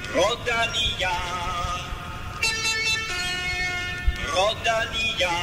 Rodalia, Rodalia.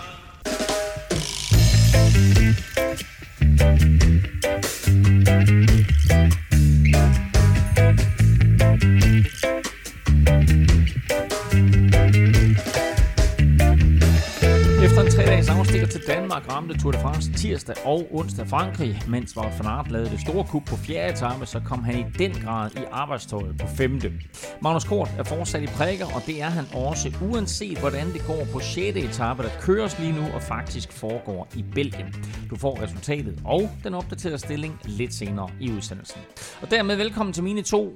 Efter en 3-dages afstikker til Danmark ramte Tour de France tirsdag og onsdag Frankrig, mens Wout van Aert lavede det store kup på 4. etape, så kom han i den grad i arbejdstøjet på 5. Magnus Kort er fortsat i prikker, og det er han også, uanset hvordan det går på 6. etape, der køres lige nu og faktisk foregår i Belgien. Du får resultatet og den opdaterede stilling lidt senere i udsendelsen. Og dermed velkommen til mine to.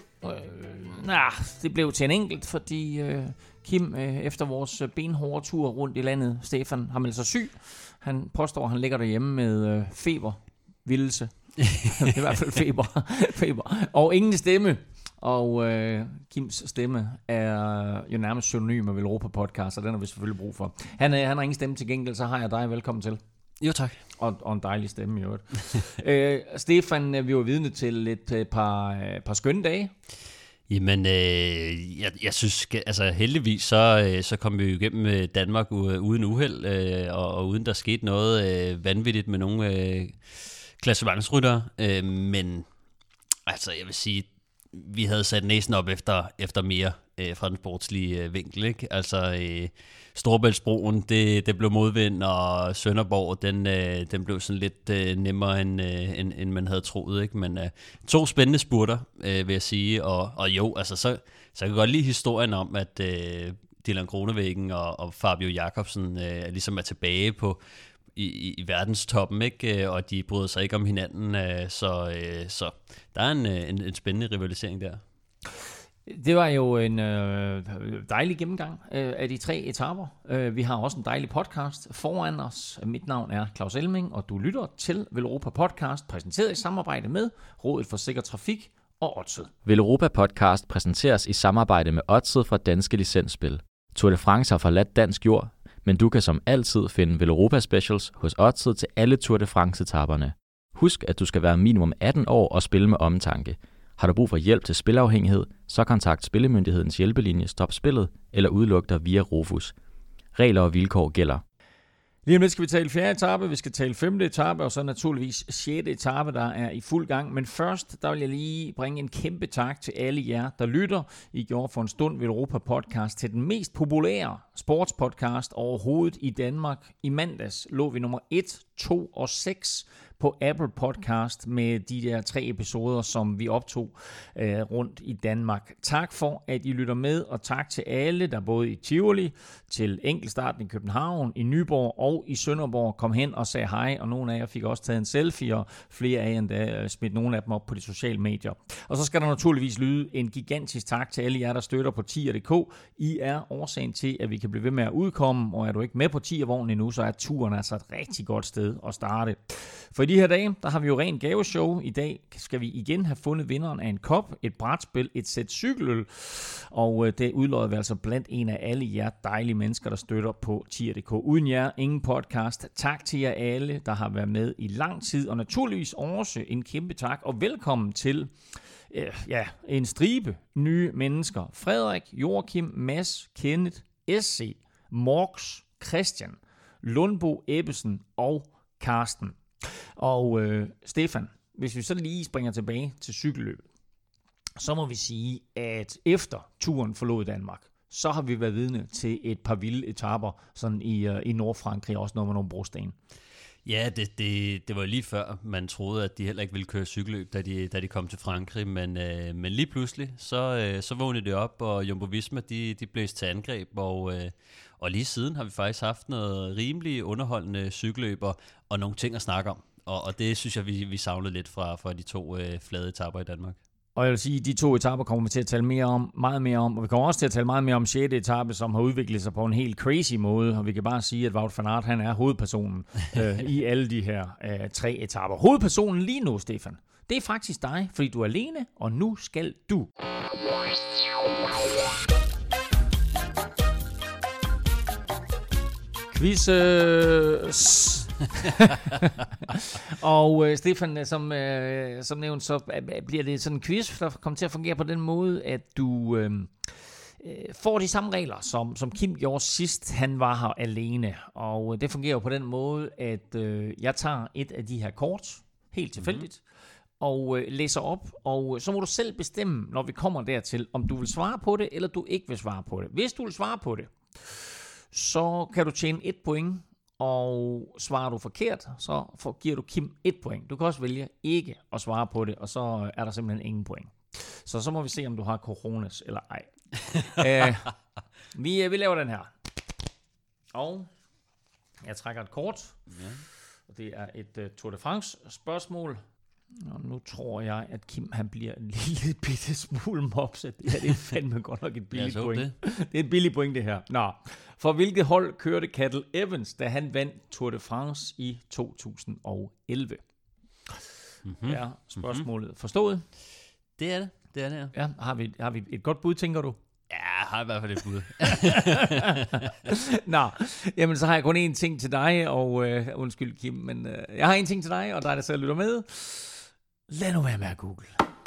Det blev til en enkelt, fordi Kim, efter vores benhårde tur rundt i landet, Stefan, har meldt sig syg. Han påstår, at han ligger derhjemme med feber, vildelse. I hvert fald feber. Og ingen stemme. Og Kims stemme er jo nærmest synonym med Velropa Podcast, og den har vi selvfølgelig brug for. Han har ingen stemme til gengæld, så har jeg dig. Velkommen til. Jo, tak. Og en dejlig stemme i øvrigt. Stefan, vi var vidne til et par skønne dage. Jamen, jeg synes, altså heldigvis, så kom vi jo igennem Danmark uden uheld, og uden der skete noget vanvittigt med nogle klassementsryttere. Men altså, jeg vil sige, vi havde sat næsen op efter mere fra den sportslige vinkel, ikke? Altså, Storebæltsbroen, det blev modvind, og Sønderborg, den blev sådan lidt nemmere, end man havde troet, ikke? Men to spændende spurter, vil jeg sige, og jo, altså, så kan jeg godt lide historien om, at Dylan Groenewegen og Fabio Jakobsen ligesom er tilbage i verdenstoppen, ikke? Og de bryder sig ikke om hinanden, så der er en spændende rivalisering der. Det var jo en dejlig gennemgang af de 3 etaper. Vi har også en dejlig podcast foran os. Mit navn er Claus Elming, og du lytter til Velropa Podcast, præsenteret i samarbejde med Rådet for Sikker Trafik og Odset. Velropa Podcast præsenteres i samarbejde med Odset fra Danske Licensspil. Tour de France har forladt dansk jord, men du kan som altid finde Velropa Specials hos Odset til alle Tour de France-etaperne. Husk, at du skal være minimum 18 år og spille med omtanke. Har du brug for hjælp til spilafhængighed, så kontakt Spillemyndighedens hjælpelinje Stop Spillet eller udluk dig via Rofus. Regler og vilkår gælder. Lige om lidt skal vi tale 4. etape, vi skal tale 5. etape, og så naturligvis 6. etape, der er i fuld gang. Men først, der vil jeg lige bringe en kæmpe tak til alle jer, der lytter. I gjorde for en stund Velropa Podcast til den mest populære sportspodcast overhovedet i Danmark. I mandags lå vi nummer 1, 2 og 6 på Apple Podcast med de der 3 episoder, som vi optog rundt i Danmark. Tak for, at I lytter med, og tak til alle, der både i Tivoli, til enkeltstarten i København, i Nyborg og i Sønderborg kom hen og sagde hej, og nogle af jer fik også taget en selfie, og flere af jer endda smidt nogle af dem op på de sociale medier. Og så skal der naturligvis lyde en gigantisk tak til alle jer, der støtter på tier.dk. I er årsagen til, at vi kan blive ved med at udkomme, og er du ikke med på tiervognen endnu, så er turen altså et rigtig godt sted at starte. For i de her dage, der har vi jo rent gaveshow. I dag skal vi igen have fundet vinderen af en kop, et brætspil, et sæt cykeløl, og det udlodder vi altså blandt en af alle jer dejlige mennesker, der støtter på tier.dk. Uden jer, ingen podcast. Tak til jer alle, der har været med i lang tid, og naturligvis også en kæmpe tak, og velkommen til en stribe nye mennesker. Frederik, Joachim, Mads, Kenneth, SC, Morks, Christian, Lundbo, Ebbesen og Karsten. Og Stefan, hvis vi så lige springer tilbage til cykelløbet, så må vi sige, at efter turen forlod Danmark, så har vi været vidne til et par vilde etaper sådan i Nordfrankrig, også noget med nogle brosten. Ja, det var lige før, man troede, at de heller ikke ville køre cykelløb, da de kom til Frankrig, men lige pludselig, så vågnede det op, og Jumbo Visma, de blæste til angreb, og lige siden har vi faktisk haft noget rimelig underholdende cykelløb, og nogle ting at snakke om, og det synes jeg, vi savnede lidt fra de 2 flade etaper i Danmark. Og jeg vil sige, at de 2 etaper kommer vi til at tale meget mere om, og vi kommer også til at tale meget mere om 6. etape, som har udviklet sig på en helt crazy måde, og vi kan bare sige, at Wout van Aert, han er hovedpersonen i alle de her 3 etaper. Hovedpersonen lige nu, Stefan, det er faktisk dig, fordi du er alene, og nu skal du. Quiz. Og Stefan, som nævnt, så bliver det sådan en quiz, der kommer til at fungere på den måde, at du får de samme regler, som Kim gjorde sidst, han var her alene. Og det fungerer på den måde, at jeg tager et af de her kort, helt tilfældigt, og læser op, og så må du selv bestemme, når vi kommer dertil, om du vil svare på det, eller du ikke vil svare på det. Hvis du vil svare på det, så kan du tjene 1 point, og svarer du forkert, så giver du Kim 1 point. Du kan også vælge ikke at svare på det, og så er der simpelthen ingen point. Så må vi se, om du har coronas eller ej. Vi laver den her. Og jeg trækker et kort. Ja. Og det er et Tour de France spørgsmål. Og nu tror jeg, at Kim han bliver en lille bitte smule mopset. Det er fandme godt nok et billigt point. Det er et billigt point, det her. Nå, for hvilket hold kørte Cadel Evans, da han vandt Tour de France i 2011? Ja, spørgsmålet forstået? Det er det. Det er det, ja. Har vi et godt bud, tænker du? Ja, jeg har i hvert fald et bud. Nå, jamen så har jeg kun én ting til dig, og undskyld Kim, men jeg har én ting til dig, og dig der selv lytter med. Lad nu være med at google.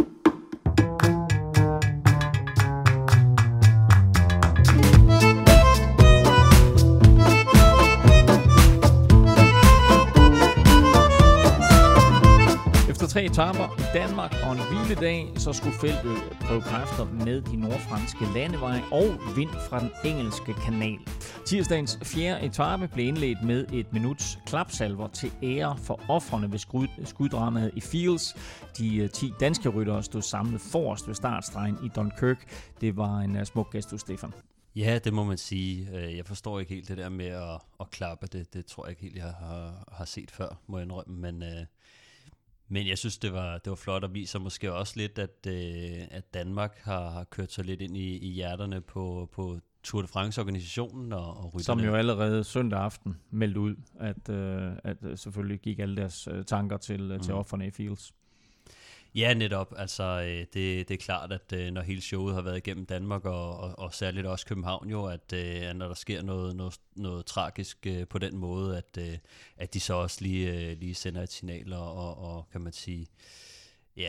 Efter 3 etaper i Danmark og en hviledag, så skulle feltet prøve kræfter med de nordfranske landeveje og vind fra den engelske kanal. Tirsdagens 4. etape blev indledt med et minuts klapsalver til ære for ofrene ved skuddramaet i Fields. De 10 danske ryttere stod samlet forrest ved startstregen i Dunkirk. Det var en smuk gestus, Stefan. Ja, det må man sige. Jeg forstår ikke helt det der med at klappe. Det tror jeg ikke helt, jeg har set før, må jeg indrømme. Men jeg synes, det var flot, og viser måske også lidt, at Danmark har kørt sig lidt ind i hjerterne på Tour de France-organisationen og rytterne. Som jo allerede søndag aften meldte ud, at selvfølgelig gik alle deres tanker til ofrene i Fields. Ja, netop. Altså, det er klart, at når hele showet har været igennem Danmark, og særligt også København jo, at når der sker noget tragisk på den måde, at de så også lige sender et signal, og kan man sige, ja,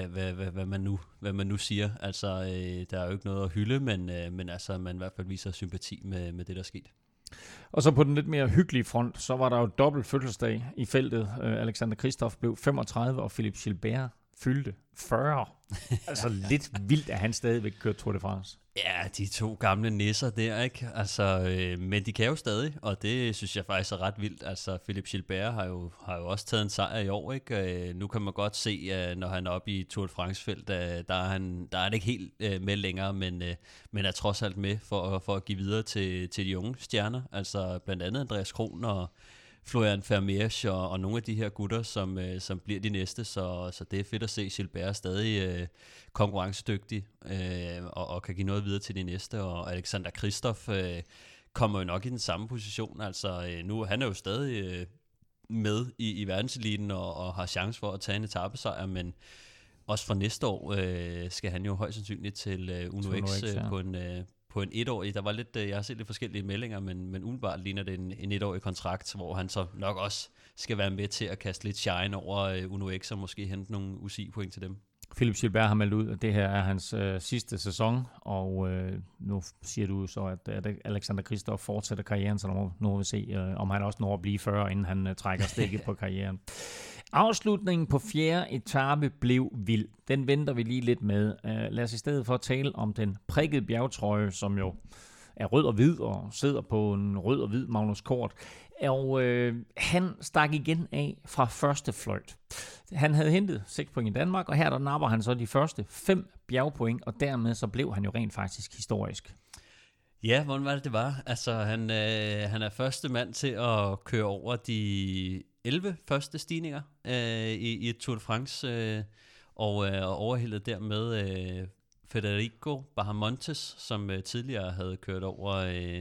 hvad man nu siger. Altså, der er jo ikke noget at hylde, men altså, man i hvert fald viser sympati med det, der er sket. Og så på den lidt mere hyggelige front, så var der jo dobbelt fødselsdag i feltet. Alexander Kristoff blev 35, og Philippe Gilbert fyldte 40. Altså lidt vildt, at han stadigvæk kører Tour de France. Ja, de 2 gamle nisser der, ikke? Altså, men de kan jo stadig, og det synes jeg faktisk er ret vildt. Altså, Philippe Gilbert har jo også taget en sejr i år, ikke? Nu kan man godt se, når han er oppe i Tour de France-felt, der er han ikke helt med længere, men er trods alt med for at give videre til de unge stjerner. Altså, blandt andet Andreas Kron og Florian Vermeersch og nogle af de her gutter, som bliver de næste, så det er fedt at se Gilbert stadig konkurrencedygtig og kan give noget videre til de næste, og Alexander Kristoff kommer jo nok i den samme position, altså nu han er jo stadig med i verdenseliten og har chance for at tage en etapesejr, men også fra næste år skal han jo højst sandsynligt til Uno X på en 1-årig. Der var lidt, jeg har set lidt forskellige meldinger, men umiddelbart ligner det en 1-årig kontrakt, hvor han så nok også skal være med til at kaste lidt shine over Uno X og måske hente nogle UCI-point til dem. Philippe Gilbert har meldt ud, at det her er hans sidste sæson, og nu siger du så, at Alexander Kristoff fortsætter karrieren, så nu må vi se, om han også når at blive 40, inden han trækker stikket på karrieren. Afslutningen på 4. etape blev vild. Den venter vi lige lidt med. Lad os i stedet for tale om den prikkede bjergtrøje, som jo er rød og hvid og sidder på en rød og hvid Magnus Kort. Og han stak igen af fra første fløjt. Han havde hentet 6 point i Danmark, og her der napper han så de første 5 bjergpoint, og dermed så blev han jo rent faktisk historisk. Ja, hvordan var det var? Altså, han er første mand til at køre over de 11 første stigninger i et Tour de France, og overhældet dermed Federico Bahamontes, som tidligere havde kørt over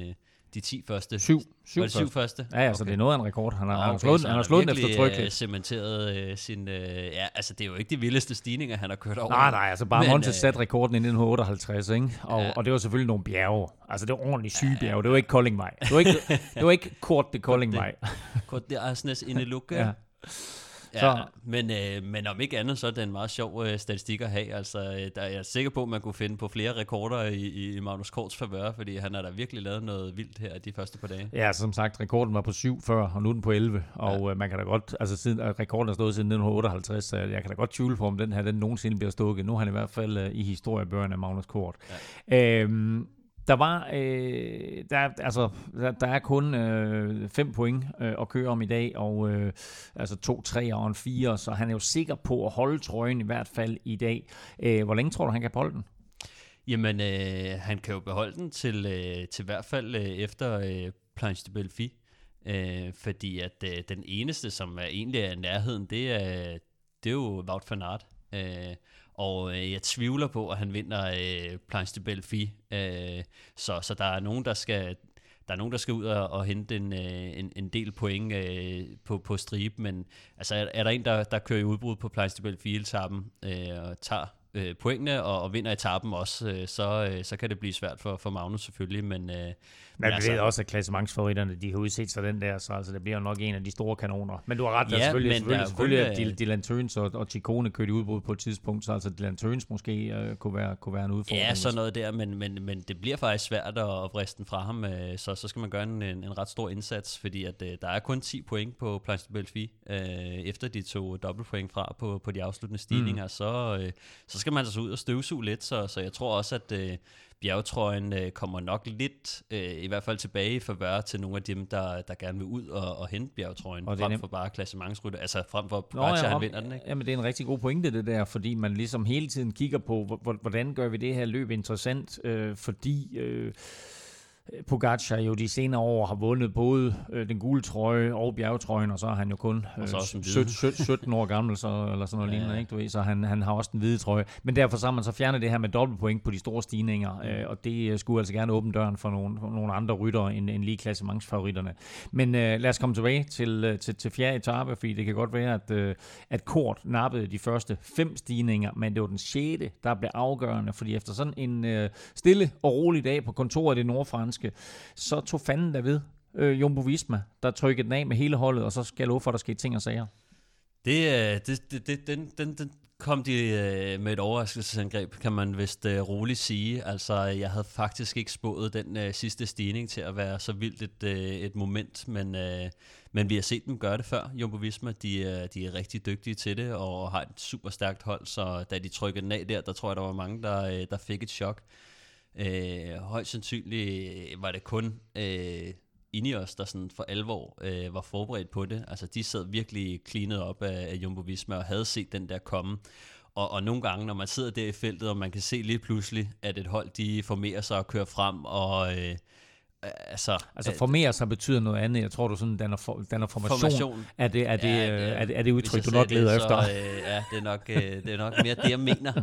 de 10 første? 7 første? Ja, altså det er noget af en rekord. Han har slået den efter virkelig cementeret sin... altså det er jo ikke de vildeste stigninger, han har kørt over. Nej, altså bare Montes satte rekorden i 1958, ikke? Og det var selvfølgelig nogle bjerge. Altså det var ordentligt syge bjerge. Det var ikke Koldingvej. Det var ikke Kort det Koldingvej. Kort det Arsnes Indelukke. Ja. Ja, men om ikke andet, så er det en meget sjov statistik at have. Altså, der er jeg sikker på, at man kunne finde på flere rekorder i Magnus Korts favør, fordi han har da virkelig lavet noget vildt her de første par dage. Ja, som sagt, rekorden var på 7 før, og nu er den på 11. Og man kan da godt, altså siden rekorden er stået siden 1958, så jeg kan da godt tvivle på, om den nogensinde bliver stukket. Nu er han i hvert fald i historiebøgerne af Magnus Kort. Ja. Der er kun 5 point at køre om i dag, og altså 2, 3 og en 4, så han er jo sikker på at holde trøjen i hvert fald i dag. Hvor længe tror du, han kan beholde den? Jamen, han kan jo beholde den til hvert fald efter Planche de Belfi, fordi at den eneste, som er egentlig er nærheden, det er jo Wout van Aert. Og jeg tvivler på, at han vinder Planche de Belfi. Så der er nogen, der skal ud og hente en del point på stribe, men altså er der en, der kører i udbrud på Planche de Belfi-etappen og tager pointene og vinder etappen også, så kan det blive svært for Magnus selvfølgelig, men vi ved også, at klassementsfavoritterne, de har udset sig den der, så altså, det bliver jo nok en af de store kanoner. Men du har ret, selvfølgelig at Dylan Teuns og Ciccone kørte udbrud på et tidspunkt, så altså Dylan Teuns måske kunne være en udfordring. Ja, sådan noget der, men det bliver faktisk svært at vriste den fra ham, så skal man gøre en ret stor indsats, fordi at der er kun 10 point på Planche de Belfi, efter de tog dobbeltpoint fra på de afsluttende stigninger, så skal man altså ud og støvsuge lidt, så jeg tror også, at bjergetrøjen kommer nok lidt, i hvert fald tilbage i favør til nogle af dem, der gerne vil ud og hente bjergetrøjen, frem for bare klassementsrytter, altså frem for Pogačar, han vinder den, ikke? Jamen, det er en rigtig god pointe, det der, fordi man ligesom hele tiden kigger på, hvordan gør vi det her løb interessant, fordi Pogačar jo de senere år har vundet både den gule trøje og bjergetrøjen, og så er han jo kun 17 år gammel, eller sådan noget lignende, ikke? Du ved, så han har også den hvide trøje. Men derfor så har man så fjernet det her med dobbeltpoint på de store stigninger, og det skulle altså gerne åbne døren for nogle andre ryttere end lige klassementsfavoritterne. Men lad os komme tilbage til fjerde etape, fordi det kan godt være, at Kort nappede de første 5 stigninger, men det var den 6., der blev afgørende, fordi efter sådan en stille og rolig dag på kontoret i Nordfranske, så tog fanden derved Jumbo Visma, der trykkede den af med hele holdet, og så skal jeg love for, at der skete ting og sager. Den kom de med et overraskelsesangreb, kan man vist roligt sige. Altså, jeg havde faktisk ikke spået den sidste stigning til at være så vildt et moment, men vi har set dem gøre det før. Jumbo Visma, de er rigtig dygtige til det, og har et super stærkt hold, så da de trykkede den af der tror jeg, der var mange, der fik et chok. Højst sandsynligt var det kun Ineos, der sådan for alvor var forberedt på det. Altså de sad virkelig cleanet op af Jumbo Visma og havde set den der komme. Og nogle gange, når man sidder der i feltet, og man kan se lige pludselig, at et hold de formerer sig og kører frem, og altså formere sig betyder noget andet. Jeg tror, du sådan danner formation. Er det udtryk, du nok leder efter? Ja, det er nok mere det, jeg mener.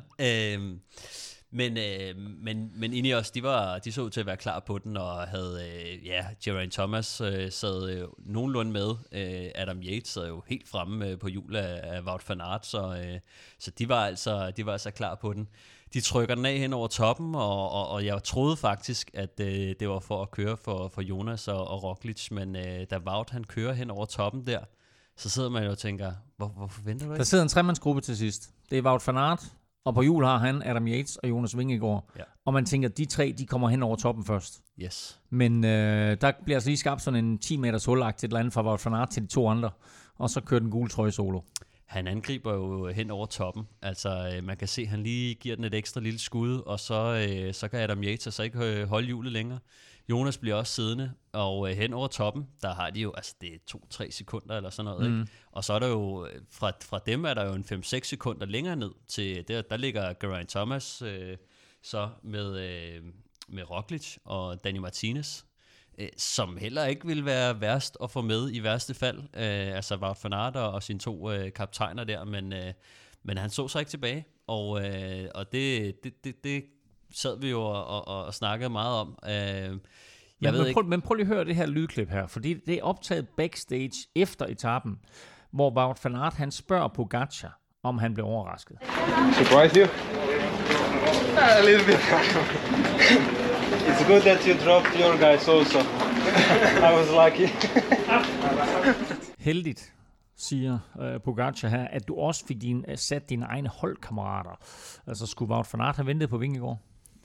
Men Ineos, de så ud til at være klar på den, og havde, Geraint Thomas sad nogenlunde med. Adam Yates sad jo helt fremme på hjul af Wout van Aert, så de var altså klar på den. De trykker den af hen over toppen, og jeg troede faktisk, at det var for at køre for Jonas og Roglic, men da Wout han kører hen over toppen der, så sidder man jo og tænker, hvorfor venter du ikke? Der sidder en tremandsgruppe til sidst. Det er Wout van Aert, og på hjul har han Adam Yates og Jonas Vingegaard. Ja. Og man tænker, at de 3, de kommer hen over toppen først. Yes. Men der bliver altså lige skabt sådan en 10 meters hulagt til et eller andet fra Wout van Aert til de 2 andre. Og så kører den gule trøje solo. Han angriber jo hen over toppen. Altså, man kan se, at han lige giver den et ekstra lille skud, og så kan Adam Yates så ikke holde hjulet længere. Jonas bliver også siddende, og hen over toppen, der har de jo, altså det er 2-3 sekunder eller sådan noget, ikke? Og så er der jo, fra dem er der jo en 5-6 sekunder længere ned til, der ligger Geraint Thomas så med Roglic og Dani Martinez, som heller ikke vil være værst at få med i værste fald, altså Wout van Aert og sine 2 kaptajner der, men han så sig ikke tilbage, og det sad vi jo og snakkede meget om. Men prøv lige at høre det her lydklip her, fordi det er optaget backstage efter etappen, hvor Wout van Aert han spørger Pogačar, om han blev overrasket. Surprise you? A little bit. It's good that you dropped your guys also. I was lucky. Heldigt, siger Pogačar her, at du også fik sat dine egne holdkammerater. Altså skulle Wout van Aert have ventet på Vingegaard?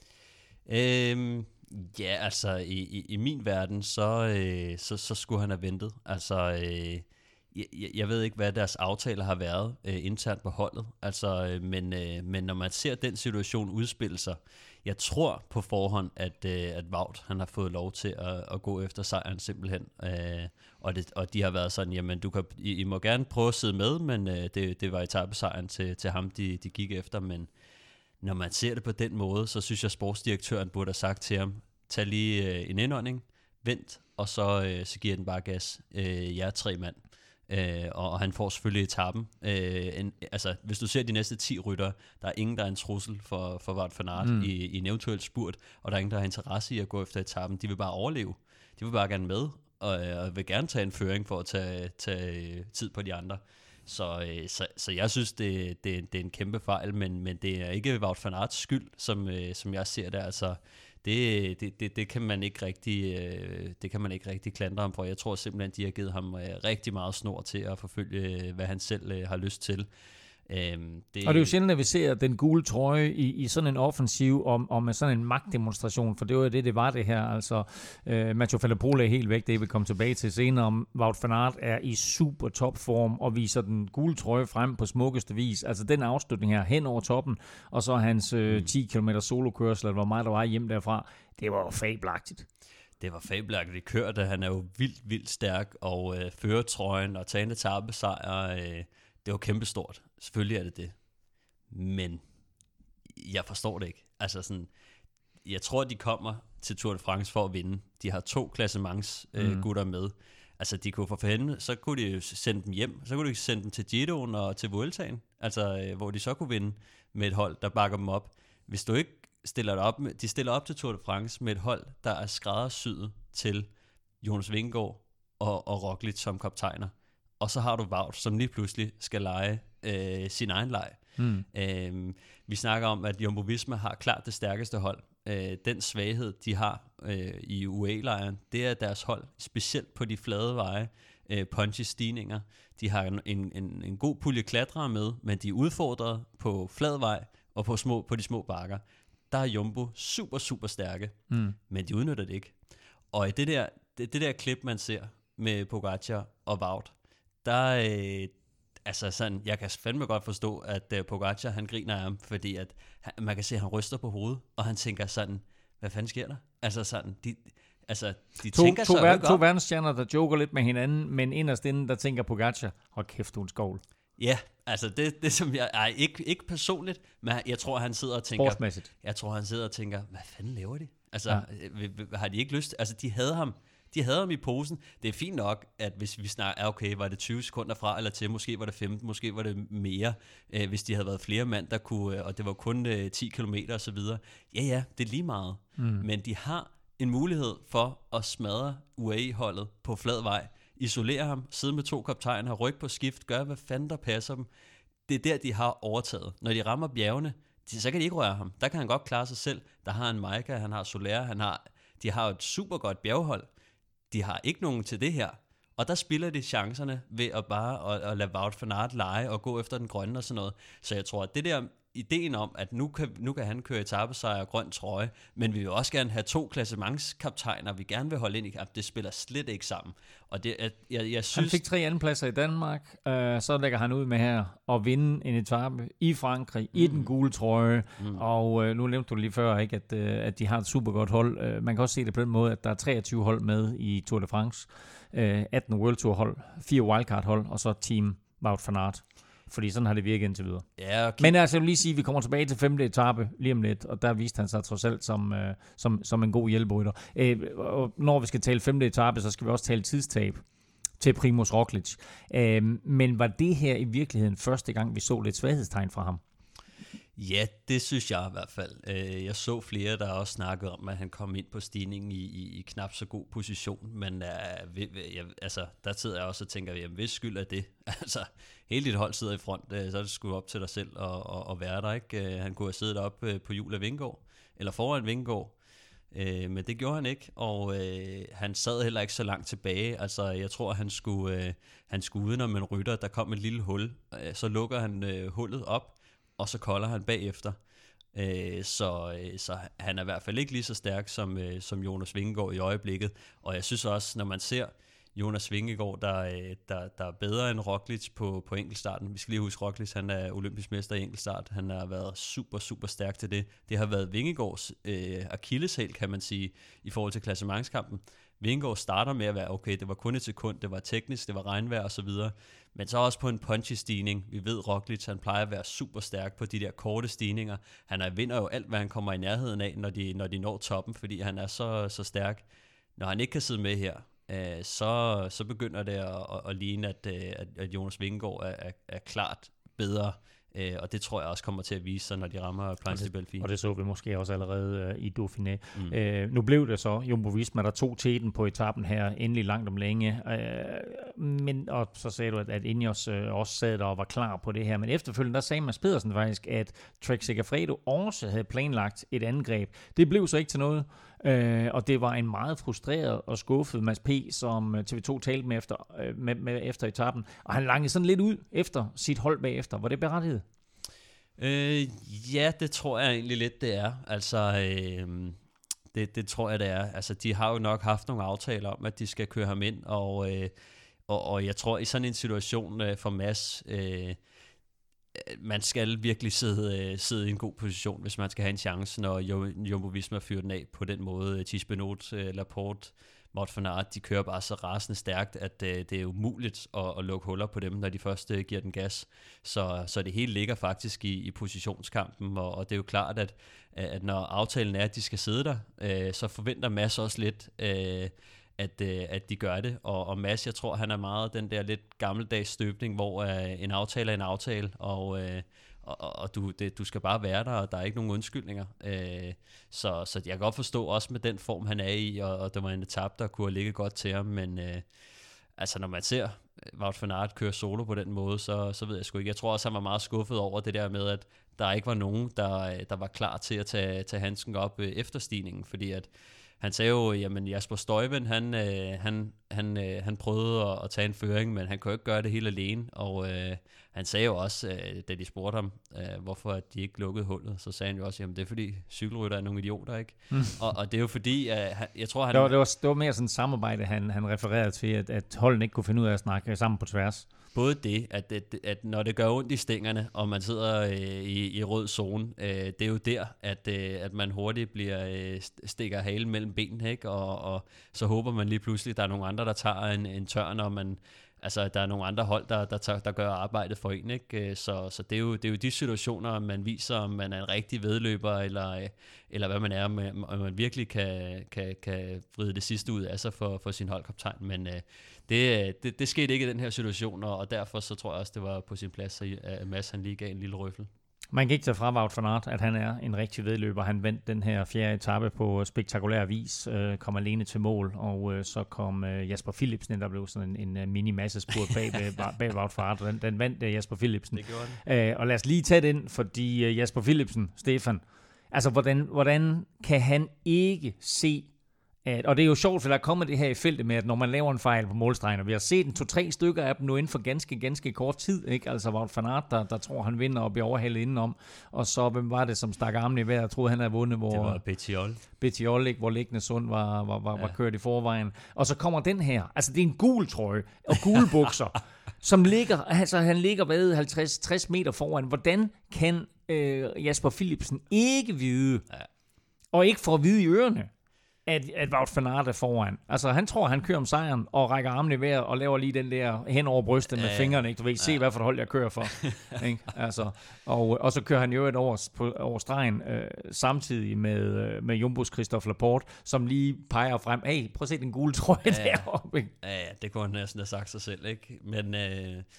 Ja, altså i min verden, så skulle han have ventet. Altså, jeg ved ikke, hvad deres aftaler har været internt på holdet. Altså, men når man ser den situation udspille sig, jeg tror på forhånd, at Wout han har fået lov til at gå efter sejren simpelthen. Og de har været sådan, jamen I må gerne prøve at sidde med, men det var etapesejren til ham, de gik efter. Men når man ser det på den måde, så synes jeg, at sportsdirektøren burde have sagt til ham, tag lige en indånding, vent, og så giver den bare gas, jer 3 mand. Og han får selvfølgelig etappen. Altså, hvis du ser de næste 10 ryttere, der er ingen, der er en trussel for Wout van Aert i en eventuel spurt, og der er ingen, der har interesse i at gå efter etappen. De vil bare overleve. De vil bare gerne med, og vil gerne tage en føring for at tage tid på de andre. Så jeg synes, det er en kæmpe fejl, men det er ikke Wout van Aerts skyld, som jeg ser det. Altså, det kan man ikke rigtig klandre ham for. Jeg tror simpelthen, de har givet ham rigtig meget snor til at forfølge, hvad han selv har lyst til. Og det er jo sjældent, at vi ser den gule trøje i sådan en offensiv og med sådan en magtdemonstration, for det var det var det her. Altså, Mathieu van der Poel er helt væk, det vil komme tilbage til senere, om Wout van Aert er i super topform og viser den gule trøje frem på smukkeste vis. Altså den afslutning her hen over toppen, og så hans 10 km solokørsel, eller hvor meget der var hjem derfra, det var jo fabelagtigt. Det var fabelagtigt. Det kørte, han er jo vildt stærk, og førertrøjen og tage en etapesejr, det var kæmpestort. Selvfølgelig er det. Men jeg forstår det ikke. Altså sådan, jeg tror, de kommer til Tour de France for at vinde. De har 2 klassements gutter med. Altså, de kunne for hende, så kunne de sende dem hjem. Så kunne de sende dem til Giroen og til Vueltaen. Altså, hvor de så kunne vinde med et hold, der bakker dem op. Hvis du ikke stiller det op, de stiller op til Tour de France med et hold, der er skræddersyet til Jonas Vingegaard og Roglic som kaptajner. Og så har du Wout, som lige pludselig skal lege sin egen leg. Vi snakker om, at Jumbo-Visma har klart det stærkeste hold. Den svaghed, de har i UAE-lejren, det er deres hold, specielt på de flade veje, punchy stigninger. De har en god pulje klatrere med, men de er udfordret på flad vej og på de små bakker. Der er Jumbo super stærke, men de udnytter det ikke. Og i det der klip, man ser med Pogačar og Wout, der altså sådan, jeg kan fandme godt forstå, at Pogačar, han griner af ham, fordi at man kan se, at han ryster på hovedet, og han tænker sådan, hvad fanden sker der? Altså sådan, de tænker så ikke to verdensstjerner, der joker lidt med hinanden, men inderst inden, der tænker Pogačar, hold kæft, du er en skovl. Ja, altså det som jeg ikke personligt, men jeg tror, han sidder og tænker, sportsmæssigt. Jeg tror, han sidder og tænker, hvad fanden laver de? Altså, har de ikke lyst? Altså, de havde ham i posen. Det er fint nok, at hvis vi snakker, okay, var det 20 sekunder fra eller til, måske var det 15, måske var det mere, hvis de havde været flere mand, der kunne, og det var kun 10 kilometer og så videre. Ja, det er lige meget. Men de har en mulighed for at smadre UAE-holdet på flad vej, isolere ham, sidde med 2 kaptajner, rykke på skift, gøre hvad fanden der passer dem. Det er der, de har overtaget. Når de rammer bjergene, så kan de ikke røre ham. Der kan han godt klare sig selv. Der har en Majka, han har Soler, de har et super godt bjerghold. De har ikke nogen til det her. Og der spiller de chancerne ved at bare at lade Wout van Aert lege og gå efter den grønne og sådan noget. Så jeg tror, at det der ideen om, at nu kan han køre etapesejr og grøn trøje, men vi vil også gerne have 2 klassementskaptajner, vi gerne vil holde ind i kamp, det spiller slet ikke sammen. Og det, jeg synes... Han fik 3 andenpladser i Danmark, så lægger han ud med her at vinde en etape i Frankrig, i den gule trøje, og nu nævnte du lige før, ikke, at de har et super godt hold. Man kan også se det på den måde, at der er 23 hold med i Tour de France, 18 World Tour hold, 4 wildcard hold, og så Team Wout van Aert. Fordi sådan har det virket indtil videre. Ja, okay. Men altså, jeg vil lige sige, at vi kommer tilbage til 5. etape lige om lidt, og der viste han sig trods alt som en god hjælperytter. Og når vi skal tale 5. etape, så skal vi også tale tidstab til Primož Roglič. Men var det her i virkeligheden første gang, vi så lidt svaghedstegn fra ham? Ja, det synes jeg i hvert fald. Jeg så flere, der også snakkede om, at han kom ind på stigningen i knap så god position, men der sidder jeg også og tænker, jamen hvis skyld er det? Altså, hele dit hold sidder i front, så er det sgu op til dig selv at være der, ikke? Han kunne have siddet op på hjul af Vingegaard, eller foran Vingegaard, men det gjorde han ikke, og han sad heller ikke så langt tilbage. Altså, jeg tror, han skulle udenom en rytter, der kom et lille hul, så lukker han hullet op, og så kolder han bagefter. Så han er i hvert fald ikke lige så stærk som Jonas Vingegaard i øjeblikket. Og jeg synes også, når man ser Jonas Vingegaard, der er bedre end Roglic på enkeltstarten. Vi skal lige huske, Roglic, han er olympisk mester i enkeltstart. Han har været super, super stærk til det. Det har været Vingegaards akilleshæl, kan man sige, i forhold til klassementskampen. Vingegaard starter med at være, okay, det var kun et sekund, det var teknisk, det var regnvejr osv., men så også på en punchy stigning. Vi ved, Roglic, han plejer at være super stærk på de der korte stigninger. Han vinder jo alt, hvad han kommer i nærheden af, når de når toppen, fordi han er så stærk. Når han ikke kan sidde med her, så begynder det at ligne, at Jonas Vingegaard er klart bedre. Og det tror jeg også kommer til at vise sig, når de rammer Planche de Belfi. Og det så vi måske også allerede i Dauphiné. Nu blev det så Jumbo-Visma, der tog teten på etappen her, endelig langt om længe. Og så sagde du, at Ineos også sad der og var klar på det her. Men efterfølgende, der sagde Mads Pedersen faktisk, at Trek Segafredo også havde planlagt et angreb. Det blev så ikke til noget. Og det var en meget frustreret og skuffet Mads P., som TV2 talte med efter etappen. Og han langede sådan lidt ud efter sit hold bagefter. Var det berettiget? Ja, det tror jeg egentlig lidt, det er. Altså, det tror jeg, det er. Altså, de har jo nok haft nogle aftaler om, at de skal køre ham ind, og jeg tror, i sådan en situation for Mads, man skal virkelig sidde i en god position, hvis man skal have en chance, når Jumbo-Visma fyrer den af på den måde. Thies Benoot, Laporte, Wout van Aert, de kører bare så rasende stærkt, at det er umuligt at lukke huller på dem, når de først giver den gas. Så det hele ligger faktisk i positionskampen, og det er jo klart, at når aftalen er, at de skal sidde der, så forventer Mads også lidt, at de gør det. Og Mads, jeg tror, han er meget den der lidt gammeldags støbning, hvor en aftale er en aftale, og du skal bare være der, og der er ikke nogen undskyldninger. Så jeg kan godt forstå også med den form, han er i, og det var en etape, der kunne have ligget godt til ham, men altså når man ser Wout van Aert køre solo på den måde, så ved jeg sgu ikke. Jeg tror også, han var meget skuffet over det der med, at der ikke var nogen, der var klar til at tage handsken op efter stigningen, fordi at han sagde jo, jamen Jasper Stuyven, han prøvede at tage en føring, men han kunne ikke gøre det helt alene, og han sagde jo også, da de spurgte ham, hvorfor de ikke lukkede hullet, så sagde han jo også, jamen det er fordi cykelrytter er nogle idioter, ikke? Og det er jo fordi, jeg tror han... Det var mere sådan et samarbejde, han refererede til, at holdene ikke kunne finde ud af at snakke sammen på tværs. Både det, at når det gør ondt i stængerne, og man sidder i rød zone, det er jo der, at man hurtigt stikker halen mellem benene, ikke? Og så håber man lige pludselig, at der er nogle andre, der tager en tørn, og der er nogle andre hold, der gør arbejdet for en, ikke? Så det er jo de situationer, man viser, om man er en rigtig vedløber, eller hvad man er, om man virkelig kan vride det sidste ud af sig for sin holdkaptajn. Men det skete ikke i den her situation, og derfor så tror jeg også, det var på sin plads, at Mads han lige gav en lille røffel. Man kan ikke tage fra Wout van Aert, at han er en rigtig vedløber. Han vandt den her 4. etape på spektakulær vis, kom alene til mål, og så kom Jasper Philipsen, der blev sådan en mini-massespurt bag Wout van Aert. Den vandt Jasper Philipsen. Det gjorde den. Og lad os lige tage den, fordi Jasper Philipsen, Stefan, altså hvordan kan han ikke se, og det er jo sjovt, for der kommer det her i feltet med, at når man laver en fejl på målstregen, og vi har set 2-3 stykker af dem nu inden for ganske kort tid, ikke? Altså Wout van Aert, der tror han vinder og bliver overhældet indenom, og så hvem var det, som stak armen i vejret, troede han havde vundet, hvor det var Bettiol, ikke? Hvor Liggende Sund var kørt i forvejen, og så kommer den her, altså det er en gul trøje og gule bukser, som ligger, altså han ligger ved 50-60 meter foran. Hvordan kan Jasper Philipsen ikke vide, og ikke få at vide i ørerne, at Wout van Aert er foran. Altså, han tror, han kører om sejren og rækker armene i vejret og laver lige den der hen over brystet med fingrene. Ikke? Du ved, se hvad for et hold jeg kører for. Ikke? Altså, og så kører han jo et over stregen samtidig med Jumbos Christophe Laporte, som lige peger frem. Hey, prøv at se den gule trøje deroppe. Ikke? Ja, det kunne han næsten have sagt sig selv. Ikke? Men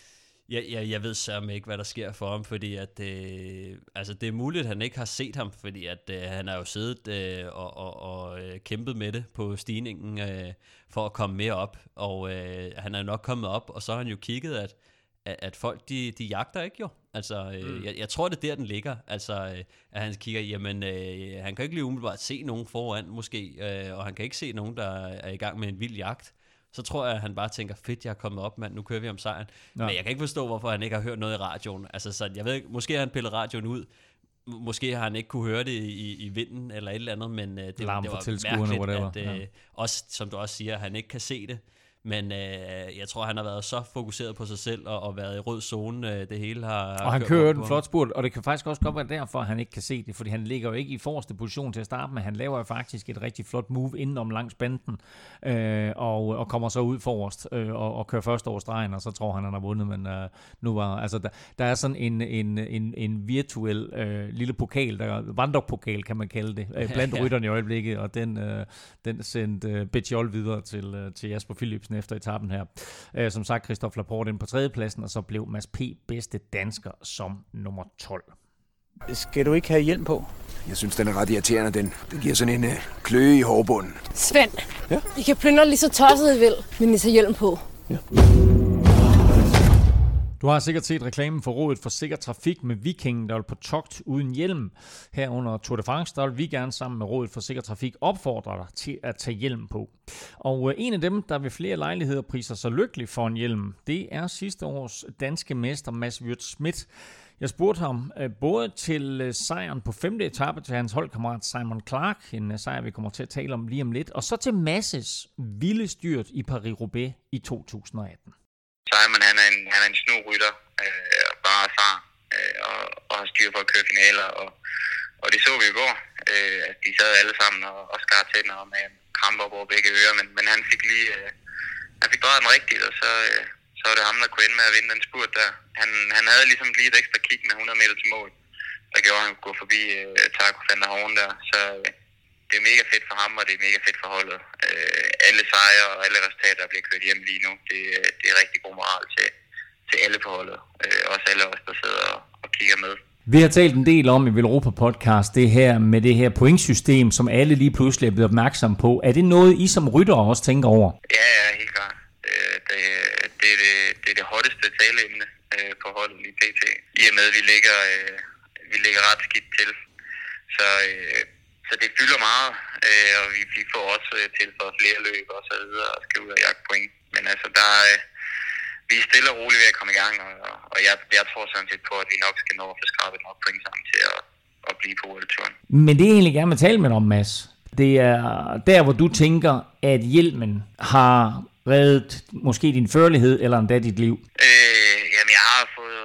Jeg ved sørme ikke, hvad der sker for ham, fordi at, altså det er muligt, at han ikke har set ham, fordi at han har jo siddet og kæmpet med det på stigningen for at komme mere op, og han er nok kommet op, og så har han jo kigget, at folk, de jagter ikke jo. Altså, jeg tror, det er der, den ligger. Altså, at han kigger, jamen, han kan ikke lige umiddelbart se nogen foran, måske, og han kan ikke se nogen, der er i gang med en vild jagt. Så tror jeg, at han bare tænker, fedt, jeg er kommet op, mand, nu kører vi om sejren. Ja. Men jeg kan ikke forstå, hvorfor han ikke har hørt noget i radioen. Altså, så jeg ved ikke, måske har han pillet radioen ud, måske har han ikke kunne høre det i vinden, eller et eller andet, men det var mærkeligt, at også, som du også siger, han ikke kan se det. Men jeg tror, han har været så fokuseret på sig selv og været i rød zone. Det hele har... Og han kører den flot spurt, og det kan faktisk også godt være derfor, at han ikke kan se det, fordi han ligger jo ikke i forreste position til at starte med. Han laver jo faktisk et rigtig flot move indenom langs banden, og kommer så ud forrest og kører først over stregen, og så tror han har vundet. Men nu var... Altså, der er sådan en virtuel lille pokal, vandrepokal kan man kalde det, blandt rytterne i øjeblikket, og den sendte Betjol videre til Jasper Philipsen efter etappen her. Som sagt, Christophe Laporte ind på tredjepladsen, og så blev Mads P. bedste dansker som nummer 12. Skal du ikke have hjelm på? Jeg synes, den er ret irriterende. Den giver sådan en kløe i hårbunden. Svend, ja? I kan plyndre lige så tosset I vil, men I tager hjelm på. Ja. Du har sikkert set reklamen for Rådet for Sikker Trafik med Vikingen, der vil på togt uden hjelm. Her under Tour de France, der vil vi gerne sammen med Rådet for Sikker Trafik opfordre dig til at tage hjelm på. Og en af dem, der ved flere lejligheder priser sig lykkelig for en hjelm, det er sidste års danske mester Mads Wirt Schmidt. Jeg spurgte ham både til sejren på 5. etape til hans holdkammerat Simon Clark, en sejr, vi kommer til at tale om lige om lidt, og så til Masses vilde styrt i Paris-Roubaix i 2018. Simon, han er en snu rytter, bare erfaren, og har styr på at køre finaler, og det så vi i går. De sad alle sammen og skar tænder og med kramper over begge ører, men han fik lige han fik drejet den rigtigt, og så var det ham, der kunne ende med at vinde den spurt der. Han havde ligesom lige et ekstra kick med 100 meter til mål, der gjorde, at han kunne gå forbi Taco van der Horn der, så det er mega fedt for ham, og det er mega fedt for holdet. Alle sejre og alle resultater, der bliver kørt hjem lige nu, det er rigtig god moral til alle på holdet. Også alle os, der sidder og kigger med. Vi har talt en del om i Velropa Podcast, det her med det her pointsystem, som alle lige pludselig er blevet opmærksom på. Er det noget, I som ryttere også tænker over? Ja, helt klart. Det er det hotteste taleemne på holdet i PT. I og med, at vi ligger ret skidt til. Så det fylder meget, og vi får også tilføjet flere løb og så videre, og skal ud og jagte point. Men altså, vi er stille og roligt ved at komme i gang, og jeg tror sådan set på, at vi nok skal nå at få skrabet nok point sammen til at blive på World-turen. Men det er egentlig gerne vil tale med om, Mads. Det er der, hvor du tænker, at hjelmen har reddet måske din førlighed, eller endda dit liv? Jamen, jeg har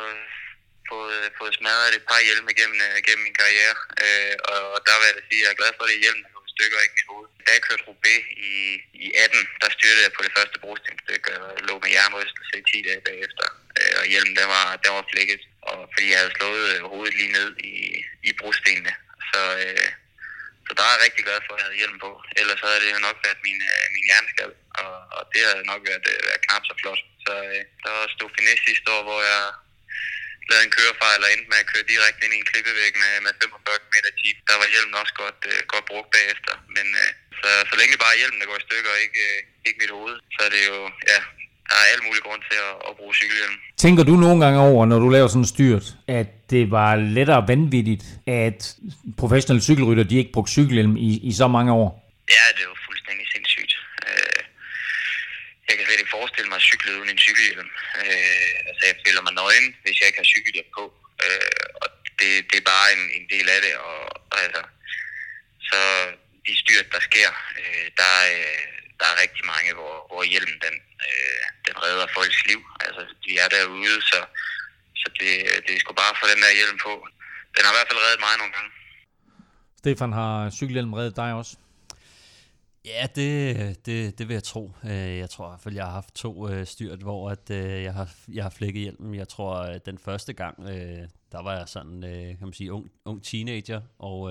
fået smadret et par hjelme gennem min karriere, og der vil jeg da sige, at jeg er glad for, at det er hjelmen, der går i stykker, ikke mit hoved. Da jeg kørte Roubaix i 18, der styrtede jeg på det første brostenstykke, og lå med hjernerystelse i 10 dage bagefter, og hjelmen den var flækket, og fordi jeg havde slået hovedet lige ned i brostenene, så der er jeg rigtig glad for, at jeg havde hjelm på. Ellers havde det jo nok været min hjerneskal, og det havde nok været knap så flot. Så der var stod finesse sidste år, hvor jeg lavede en kørefejl og endte med at køre direkte ind i en klippevæg med 45 km i timen. Der var hjelmen også godt brugt bagefter. Men så længe det bare er hjelmen, der går i stykker, og ikke mit hoved, så er det jo, ja, der er alle mulige grunde til at bruge cykelhjelm. Tænker du nogle gange over, når du laver sådan en styrt, at det var lettere vanvittigt, at professionelle cykelrytter, de ikke brugte cykelhjelm i så mange år? Ja, det er jo fuldstændig sindssygt. Jeg kan slet ikke forestille mig at cykle uden en cykelhjelm. Altså, jeg føler mig nøgen, hvis jeg ikke har cykelhjelm på. Og det er bare en del af det. Og altså, så de styrt, der sker, der er rigtig mange, hvor hjelmen den redder folks liv. Altså, de er derude, så det er sgu bare for den der hjelm på. Den har i hvert fald reddet mig nogle gange. Stefan, har cykelhjelm reddet dig også? Ja, det vil jeg tro. Jeg tror i hvert fald, jeg har haft 2 styrt, hvor at, jeg har flækket hjelmen. Jeg tror, den første gang, der var jeg sådan, kan man sige, ung teenager,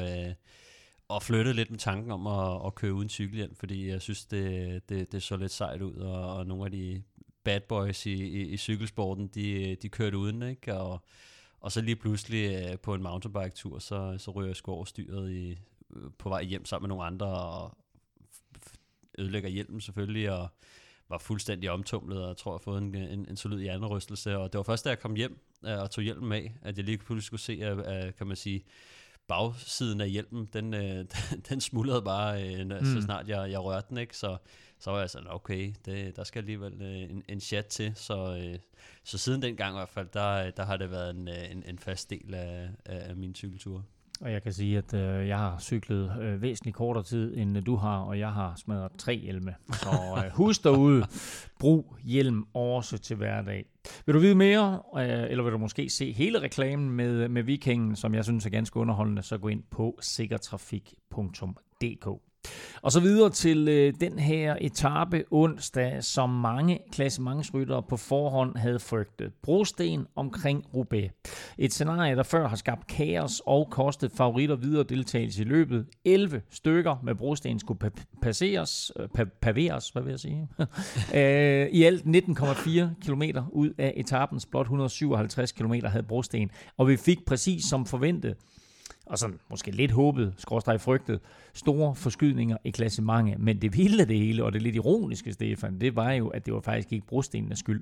og flyttede lidt med tanken om at køre uden cykelhjelm, fordi jeg synes, det så lidt sejt ud, og nogle af de bad boys i cykelsporten, de kørte uden, ikke? Og så lige pludselig på en mountainbike-tur, så ryger jeg sgu over styret på vej hjem sammen med nogle andre, og ødelægger hjelmen selvfølgelig, og var fuldstændig omtumlet, og jeg tror, jeg har fået en solid hjernerystelse. Og det var først, da jeg kom hjem og tog hjelmen af, at jeg lige pludselig skulle se, at kan man sige, bagsiden af hjelmen, den smuldrede bare, så snart jeg rørte den, ikke? Så var jeg sådan, okay, der skal alligevel en chat til. Så siden dengang i hvert fald, der har det været en fast del af mine cykelture. Og jeg kan sige, at jeg har cyklet væsentligt kortere tid, end du har, og jeg har smadret 3 hjelme. Så husk derude, brug hjelm også til hverdag. Vil du vide mere, eller vil du måske se hele reklamen med Vikingen, som jeg synes er ganske underholdende, så gå ind på sikkertrafik.dk. Og så videre til den her etape onsdag, som mange klassementsryttere på forhånd havde frygtet. Brosten omkring Roubaix. Et scenarie, der før har skabt kaos og kostet favoritter videre deltagelse i løbet. 11 stykker med brosten skulle paveres, hvad vil jeg sige? I alt 19,4 km ud af etapens blot 157 km havde brosten. Og vi fik præcis som forventet, og sådan måske lidt håbet, frygtet, store forskydninger i klassementet. Men det vilde af det hele, og det lidt ironiske, Stefan, det var jo, at det var faktisk ikke brostenenes skyld.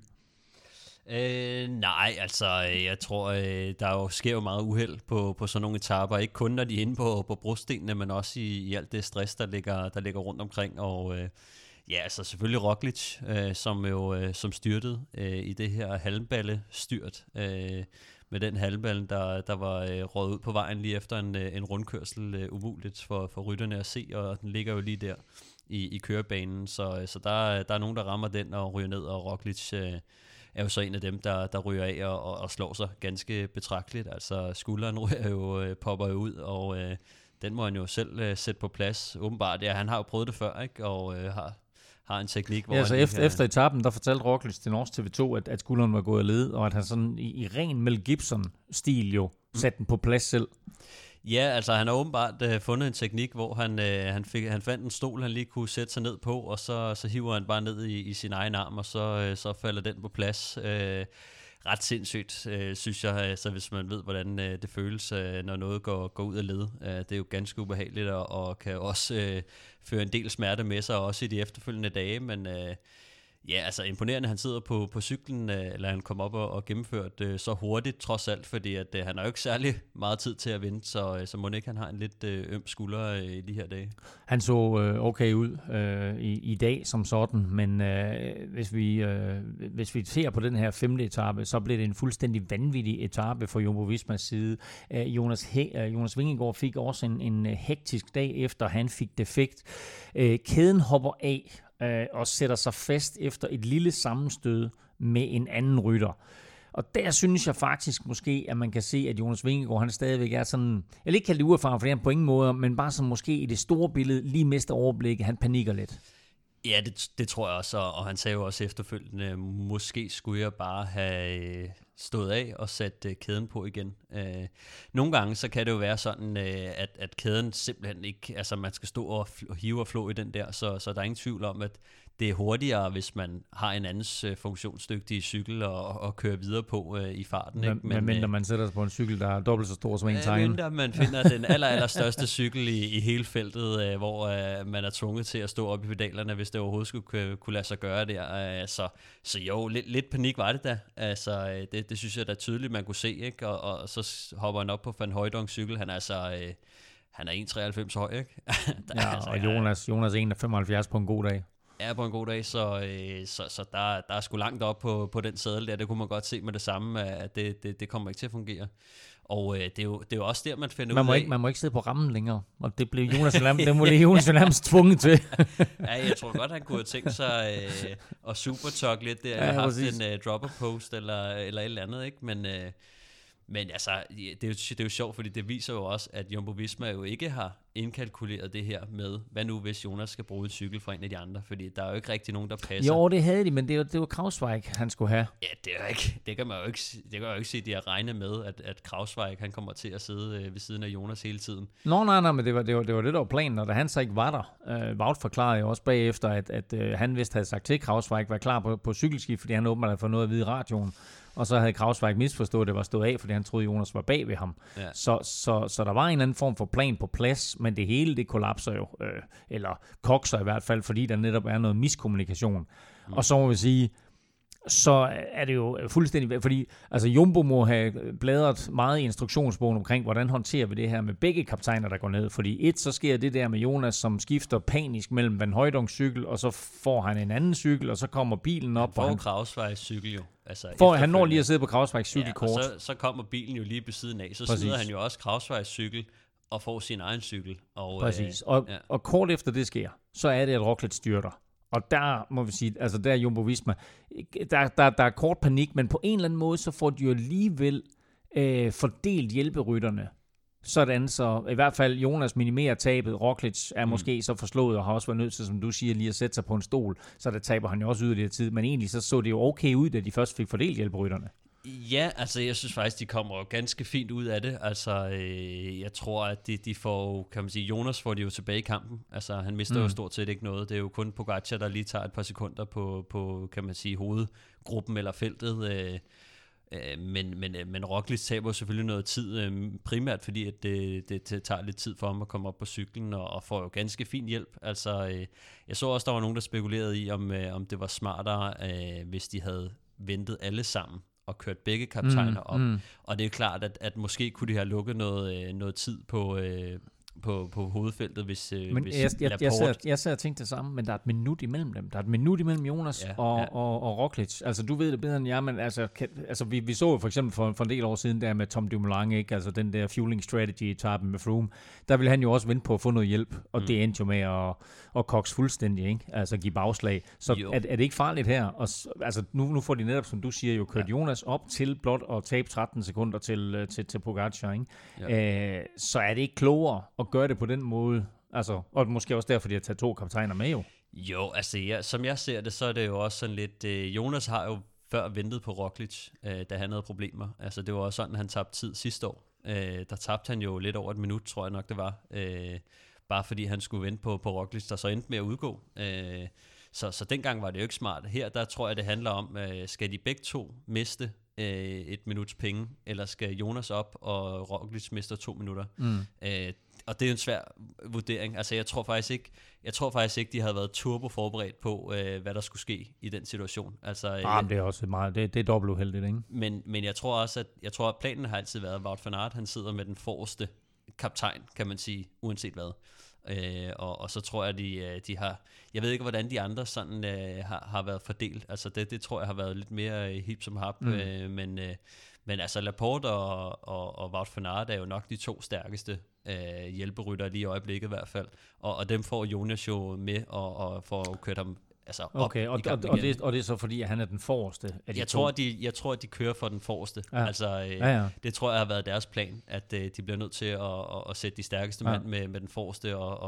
Nej, altså jeg tror, der jo sker jo meget uheld på sådan nogle etaper. Ikke kun når de er inde på brostenene, men også i alt det stress, der ligger rundt omkring. Og ja, altså selvfølgelig Roglic, som styrtede i det her halmballestyrt. Med den halmballe, der var røget ud på vejen lige efter en rundkørsel, umuligt for rytterne at se, og den ligger jo lige der i kørebanen, så der er nogen, der rammer den og ryger ned, og Roglic er jo så en af dem, der ryger af og slår sig ganske betragteligt. Altså skulderen popper jo ud, og den må han jo selv sætte på plads. Åbenbart, ja, han har jo prøvet det før, ikke? Og har en teknik, hvor efter etappen, der fortalte Roglic til Norsk TV2, at skulderen var gået af led, og at han sådan i ren Mel Gibson-stil jo satte den på plads selv. Ja, altså han har åbenbart fundet en teknik, hvor han fandt en stol, han lige kunne sætte sig ned på, og så hiver han bare ned i sin egen arm, og så falder den på plads. Ret sindssygt, synes jeg, så hvis man ved, hvordan det føles, når noget går ud af led. Det er jo ganske ubehageligt, og kan også føre en del smerte med sig, også i de efterfølgende dage, men ja, altså imponerende, han sidder på cyklen, eller han kom op og gennemført så hurtigt, trods alt, fordi at han har jo ikke særlig meget tid til at vente, så må ikke han har en lidt øm skulder i de her dage. Han så okay ud i dag som sådan, men hvis vi ser på den her 5. etape, så blev det en fuldstændig vanvittig etape for Jumbo Vismas side. Jonas Vingegaard fik også en hektisk dag efter, han fik defekt. Kæden hopper af og sætter sig fast efter et lille sammenstød med en anden rytter. Og der synes jeg faktisk måske, at man kan se, at Jonas Vingegaard, han stadigvæk er sådan, jeg vil ikke kalde det uerfaren, for det er på ingen måde, men bare sådan måske i det store billede, lige mister overblikket, han panikker lidt. Ja, det tror jeg også, og han sagde jo også efterfølgende, måske skulle jeg bare have stået af og sat kæden på igen. Nogle gange så kan det jo være sådan, at kæden simpelthen ikke, altså man skal stå og hive og flå i den der, så der er ingen tvivl om, at det er hurtigere, hvis man har en andens funktionsdygtige cykel og kører videre på i farten. Ikke? Men mindre man sætter sig på en cykel, der er dobbelt så stor som ens egen. Mindre man finder den allerstørste cykel i hele feltet, hvor man er tvunget til at stå op i pedalerne, hvis det overhovedet skulle kunne lade sig gøre der. Så jo, lidt panik var det da. Altså, det synes jeg da tydeligt, man kunne se. Ikke? Og så hopper han op på Van Hooydonk's cykel. Han er 1,93 høj, ikke? Og Jonas er 1,75 på en god dag. Ja, på en god dag, så der er sgu langt op på den sadel der. Det kunne man godt se med det samme, at det kommer ikke til at fungere. Og det er jo også der, man finder ud af... Man må ikke sidde på rammen længere, og det blev Jonas Jonas tvunget til. Ja, jeg tror godt, han kunne have tænkt sig at supertalk lidt der, eller haft en dropper post, eller et eller andet, ikke? Men altså, det er jo sjovt, fordi det viser jo også, at Jumbo Visma jo ikke har indkalkuleret det her med, hvad nu hvis Jonas skal bruge en cykel fra en af de andre, fordi der er jo ikke rigtig nogen, der passer. Jo, det havde de, men det var Krausweig, han skulle have. Ja, det kan man jo ikke sige, de har regnet med, at Krausweig, han kommer til at sidde ved siden af Jonas hele tiden. Nej, men det var det, der var planen, og da han så ikke var der, Wout forklarede jo også bagefter, at han vist havde sagt til Krausweig, var klar på cykelskift, fordi han åbenbart havde fået noget at vide i radioen. Og så havde Krausweig misforstået, at det var stået af, fordi han troede, Jonas var bag ved ham. Ja. Så der var en anden form for plan på plads, men det hele, det kollapser jo, eller kokser i hvert fald, fordi der netop er noget miskommunikation. Og så må vi sige, så er det jo fuldstændig, fordi altså Jumbo må have bladret meget i instruktionsbogen omkring, hvordan håndterer vi det her med begge kaptajner, der går ned. Fordi så sker det der med Jonas, som skifter panisk mellem Van Hooydonk's cykel, og så får han en anden cykel, og så kommer bilen op. Han får Krausweigs cykel jo. Altså, han når lige at sidde på Krausweigs cykel kort. Og så kommer bilen jo lige ved siden af. Så smider han jo også Krausweigs cykel og får sin egen cykel. Og, præcis. Og kort efter det sker, så er det, at Roglic styrter. Og der må vi sige, altså der er Jumbo-Visma, der er kort panik, men på en eller anden måde, så får de jo alligevel fordelt hjælperytterne. Sådan så, i hvert fald Jonas minimerer tabet. Roglic er måske så forslået, og har også været nødt til, som du siger, lige at sætte sig på en stol, så der taber han jo også yderligere tid. Men egentlig så det jo okay ud, da de først fik fordelt hjælperytterne. Ja, altså jeg synes faktisk, de kommer ganske fint ud af det. Altså jeg tror, at de får, kan man sige, Jonas får de jo tilbage i kampen. Altså han mister jo stort set ikke noget. Det er jo kun Pogačar, der lige tager et par sekunder på kan man sige, hovedgruppen eller feltet. Men Roglic taber selvfølgelig noget tid, primært fordi at det tager lidt tid for ham at komme op på cyklen, og får jo ganske fin hjælp. Altså jeg så også, der var nogen, der spekulerede i, om det var smartere, hvis de havde ventet alle sammen og kørt begge kaptajner op. Og det er jo klart, at måske kunne de have lukket noget tid på hovedfeltet, hvis jeg sad og tænkte det samme, men der er et minut imellem dem. Der er et minut imellem Jonas og Roglic. Altså, du ved det bedre end jeg, men altså vi så jo for eksempel for en del år siden der med Tom Dumoulin, ikke? Altså den der fueling strategy-etappen med Froome, der ville han jo også vente på at få noget hjælp, og det endte jo med at kokse fuldstændig, ikke? Altså give bagslag. Så er det ikke farligt her? Og, altså nu får de netop, som du siger, jo kørt Jonas op til blot at tabe 13 sekunder til Pogačar, ikke? Ja. Så er det ikke klogere at gøre det på den måde, altså, og måske også derfor, de har taget 2 kaptajner med jo. Jo, altså som jeg ser det, så er det jo også sådan lidt, Jonas har jo før ventet på Roglic, da han havde problemer. Altså det var også sådan, han tabte tid sidste år. Der tabte han jo lidt over et minut, tror jeg nok det var, bare fordi han skulle vente på Roglic, der så endte med at udgå. Så dengang var det jo ikke smart. Her, der tror jeg, det handler om, skal de begge to miste et minuts penge, eller skal Jonas op, og Roglic mister 2 minutter? Og det er en svær vurdering. Altså jeg tror faktisk ikke, de havde været turbo forberedt på, hvad der skulle ske i den situation. Altså, det er også meget, det er dobbelt uheldigt, ikke? Men jeg tror også, at planen har altid været, at Wout van Aert, han sidder med den forreste kaptajn, kan man sige, uanset hvad. Og så tror jeg, de har, jeg ved ikke, hvordan de andre sådan har været fordelt. Altså det tror jeg har været lidt mere hip som hap. Men altså Laporte og Wout van Aert er jo nok de 2 stærkeste hjælperytter lige i øjeblikket i hvert fald. Og dem får Jonas jo med og får kørt ham op og det er så fordi, at han er den forreste af de jeg tror, at de kører for den forreste. Ja. Altså, det tror jeg har været deres plan, at de bliver nødt til at sætte de stærkeste mand med den forreste og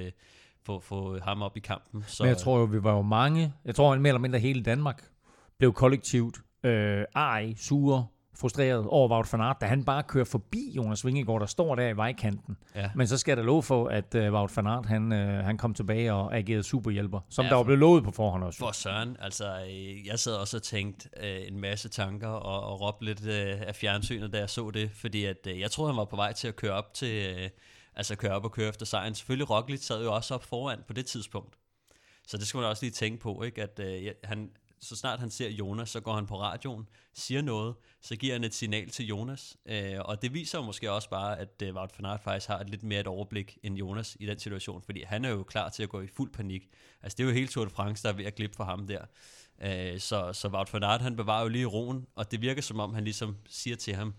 få ham op i kampen. Så, men jeg tror jo, vi var jo mange, jeg tror mere eller mindre hele Danmark blev kollektivt sure, frustreret over Wout van Aert, da han bare kører forbi Jonas Vingegaard, der står der i vejkanten. Ja. Men så skal jeg da love for, at Wout van Aert, han kom tilbage og agerede superhjælper, som der var blevet lovet på forhånd også. For søren, altså jeg sad også og tænkte en masse tanker og råbte lidt af fjernsynet, da jeg så det, fordi at jeg troede, han var på vej til at køre op til, køre op og køre efter sejren. Selvfølgelig Roglic sad jo også op foran på det tidspunkt. Så det skal man også lige tænke på, ikke? At så snart han ser Jonas, så går han på radioen, siger noget, så giver han et signal til Jonas. Og det viser jo måske også bare, at Wout van Aert faktisk har lidt mere et overblik end Jonas i den situation, fordi han er jo klar til at gå i fuld panik. Altså det er jo hele Tour de France, der er ved at glippe for ham der. Så Wout van Aert, han bevarer jo lige roen, og det virker som om, han ligesom siger til ham,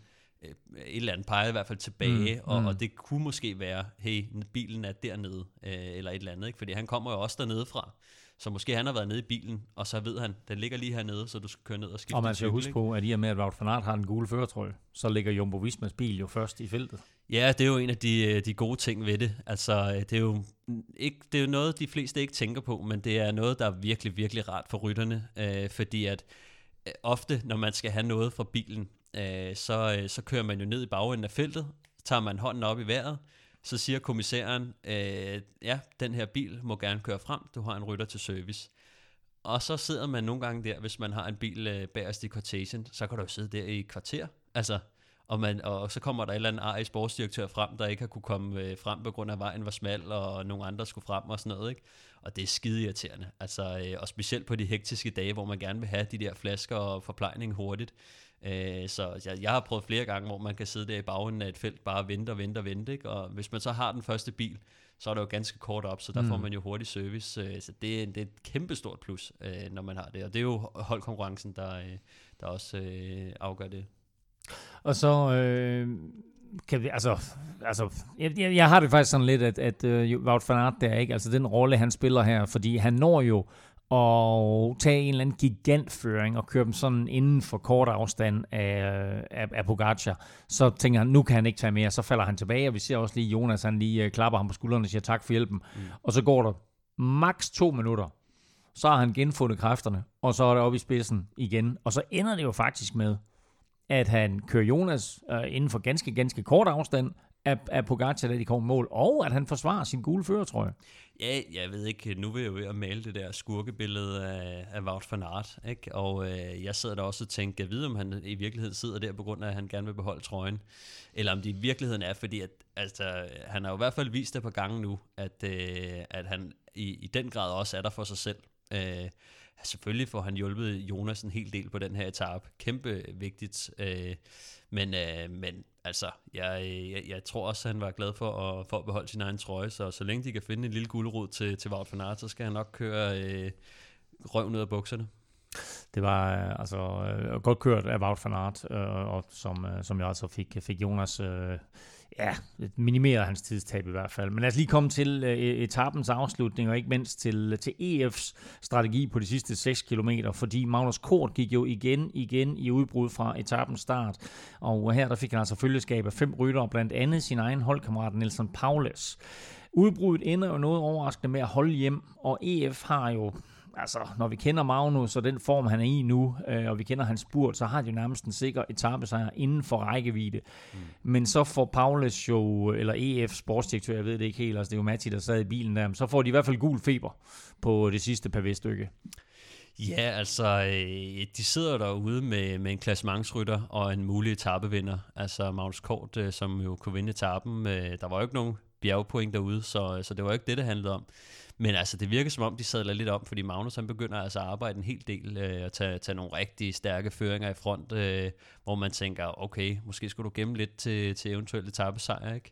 et eller andet peger i hvert fald tilbage, og det kunne måske være, hey, bilen er dernede, eller et eller andet, ikke? Fordi han kommer jo også dernede fra, så måske han har været nede i bilen, og så ved han, den ligger lige hernede, så du skal køre ned og skifte. Og man skal huske på, at i og med, at Wout van Aert har den gule førertrøje, så ligger Jumbo Vismas bil jo først i feltet. Ja, det er jo en af de gode ting ved det. Altså, det er jo noget, de fleste ikke tænker på, men det er noget, der er virkelig, virkelig rart for rytterne, fordi at ofte, når man skal have noget fra bilen, så kører man jo ned i bagenden af feltet, tager man hånden op i vejret, så siger kommissæren, ja, den her bil må gerne køre frem, du har en rytter til service. Og så sidder man nogle gange der, hvis man har en bil bagerst i cortegen, så kan du jo sidde der i et kvarter, altså, og så kommer der et eller andet arg sportsdirektør frem, der ikke har kunne komme frem på grund af, at vejen var smal, og nogle andre skulle frem og sådan noget, ikke? Og det er skide irriterende, altså, og specielt på de hektiske dage, hvor man gerne vil have de der flasker og forplejning hurtigt. Så jeg har prøvet flere gange, hvor man kan sidde der i bagenden af et felt, bare vente, ikke? Og hvis man så har den første bil, så er det jo ganske kort op, så der får man jo hurtig service. Så det er et kæmpestort plus, når man har det, og det er jo holdkonkurrencen, der også afgør det. Og så kan vi, jeg har det faktisk sådan lidt, at Wout van Aert der, ikke? Altså den rolle, han spiller her, fordi han når jo at tage en eller anden gigantføring og køre dem sådan inden for kort afstand af Pogacar, så tænker han, nu kan han ikke tage mere, så falder han tilbage, og vi ser også lige Jonas, han lige klapper ham på skuldrene og siger tak for hjælpen, og så går der maks 2 minutter, så har han genfundet kræfterne, og så er det oppe i spidsen igen, og så ender det jo faktisk med, at han kører Jonas inden for ganske, ganske kort afstand af Pogacar, da de kommer mål, og at han forsvarer sin gule førertrøje. Ja, jeg ved ikke, nu vil jeg jo ved at male det der skurkebillede af Wout van Aert, ikke? Og jeg sidder der også og tænker, jeg ved, om han i virkeligheden sidder der på grund af, at han gerne vil beholde trøjen, eller om det i virkeligheden er, fordi at, altså, han har jo i hvert fald vist det på gange nu, at han i den grad også er der for sig selv. Selvfølgelig får han hjulpet Jonas en hel del på den her etape. Kæmpe vigtigt. Men altså, jeg tror også, at han var glad for at beholde sin egen trøje. Så længe de kan finde en lille gulerod til Wout van Aert, så skal han nok køre røven ud af bukserne. Det var godt kørt af Wout van Aert, og som jeg altså fik Jonas minimeret hans tidstab i hvert fald. Men lad os lige komme til etapens afslutning, og ikke mindst til EF's strategi på de sidste 6 kilometer, fordi Magnus Kort gik jo igen i udbrud fra etapens start, og her der fik han altså følgeskab af 5 ryttere, blandt andet sin egen holdkammerat Nelson Powless. Udbruddet ender jo noget overraskende med at holde hjem, og EF har jo, altså, når vi kender Magnus og den form, han er i nu, og vi kender hans spurt, så har de jo nærmest en sikker etapesejr inden for rækkevidde. Men så får Powless jo, eller EF sportsdirektør, jeg ved det ikke helt, altså det er jo Matti, der sad i bilen der, så får de i hvert fald gul feber på det sidste pavé-stykke. Ja, altså, de sidder derude med en klassementsrytter og en mulig etapevinder. Altså Magnus Kort, som jo kunne vinde etapen. Der var jo ikke nogen bjergpoint derude, så det var jo ikke det handlede om. Men altså, det virker som om, de sadler lidt om, fordi Magnus han begynder altså at arbejde en hel del og tage nogle rigtig stærke føringer i front, hvor man tænker, okay, måske skulle du gemme lidt til eventuelle etapesejr, ikke?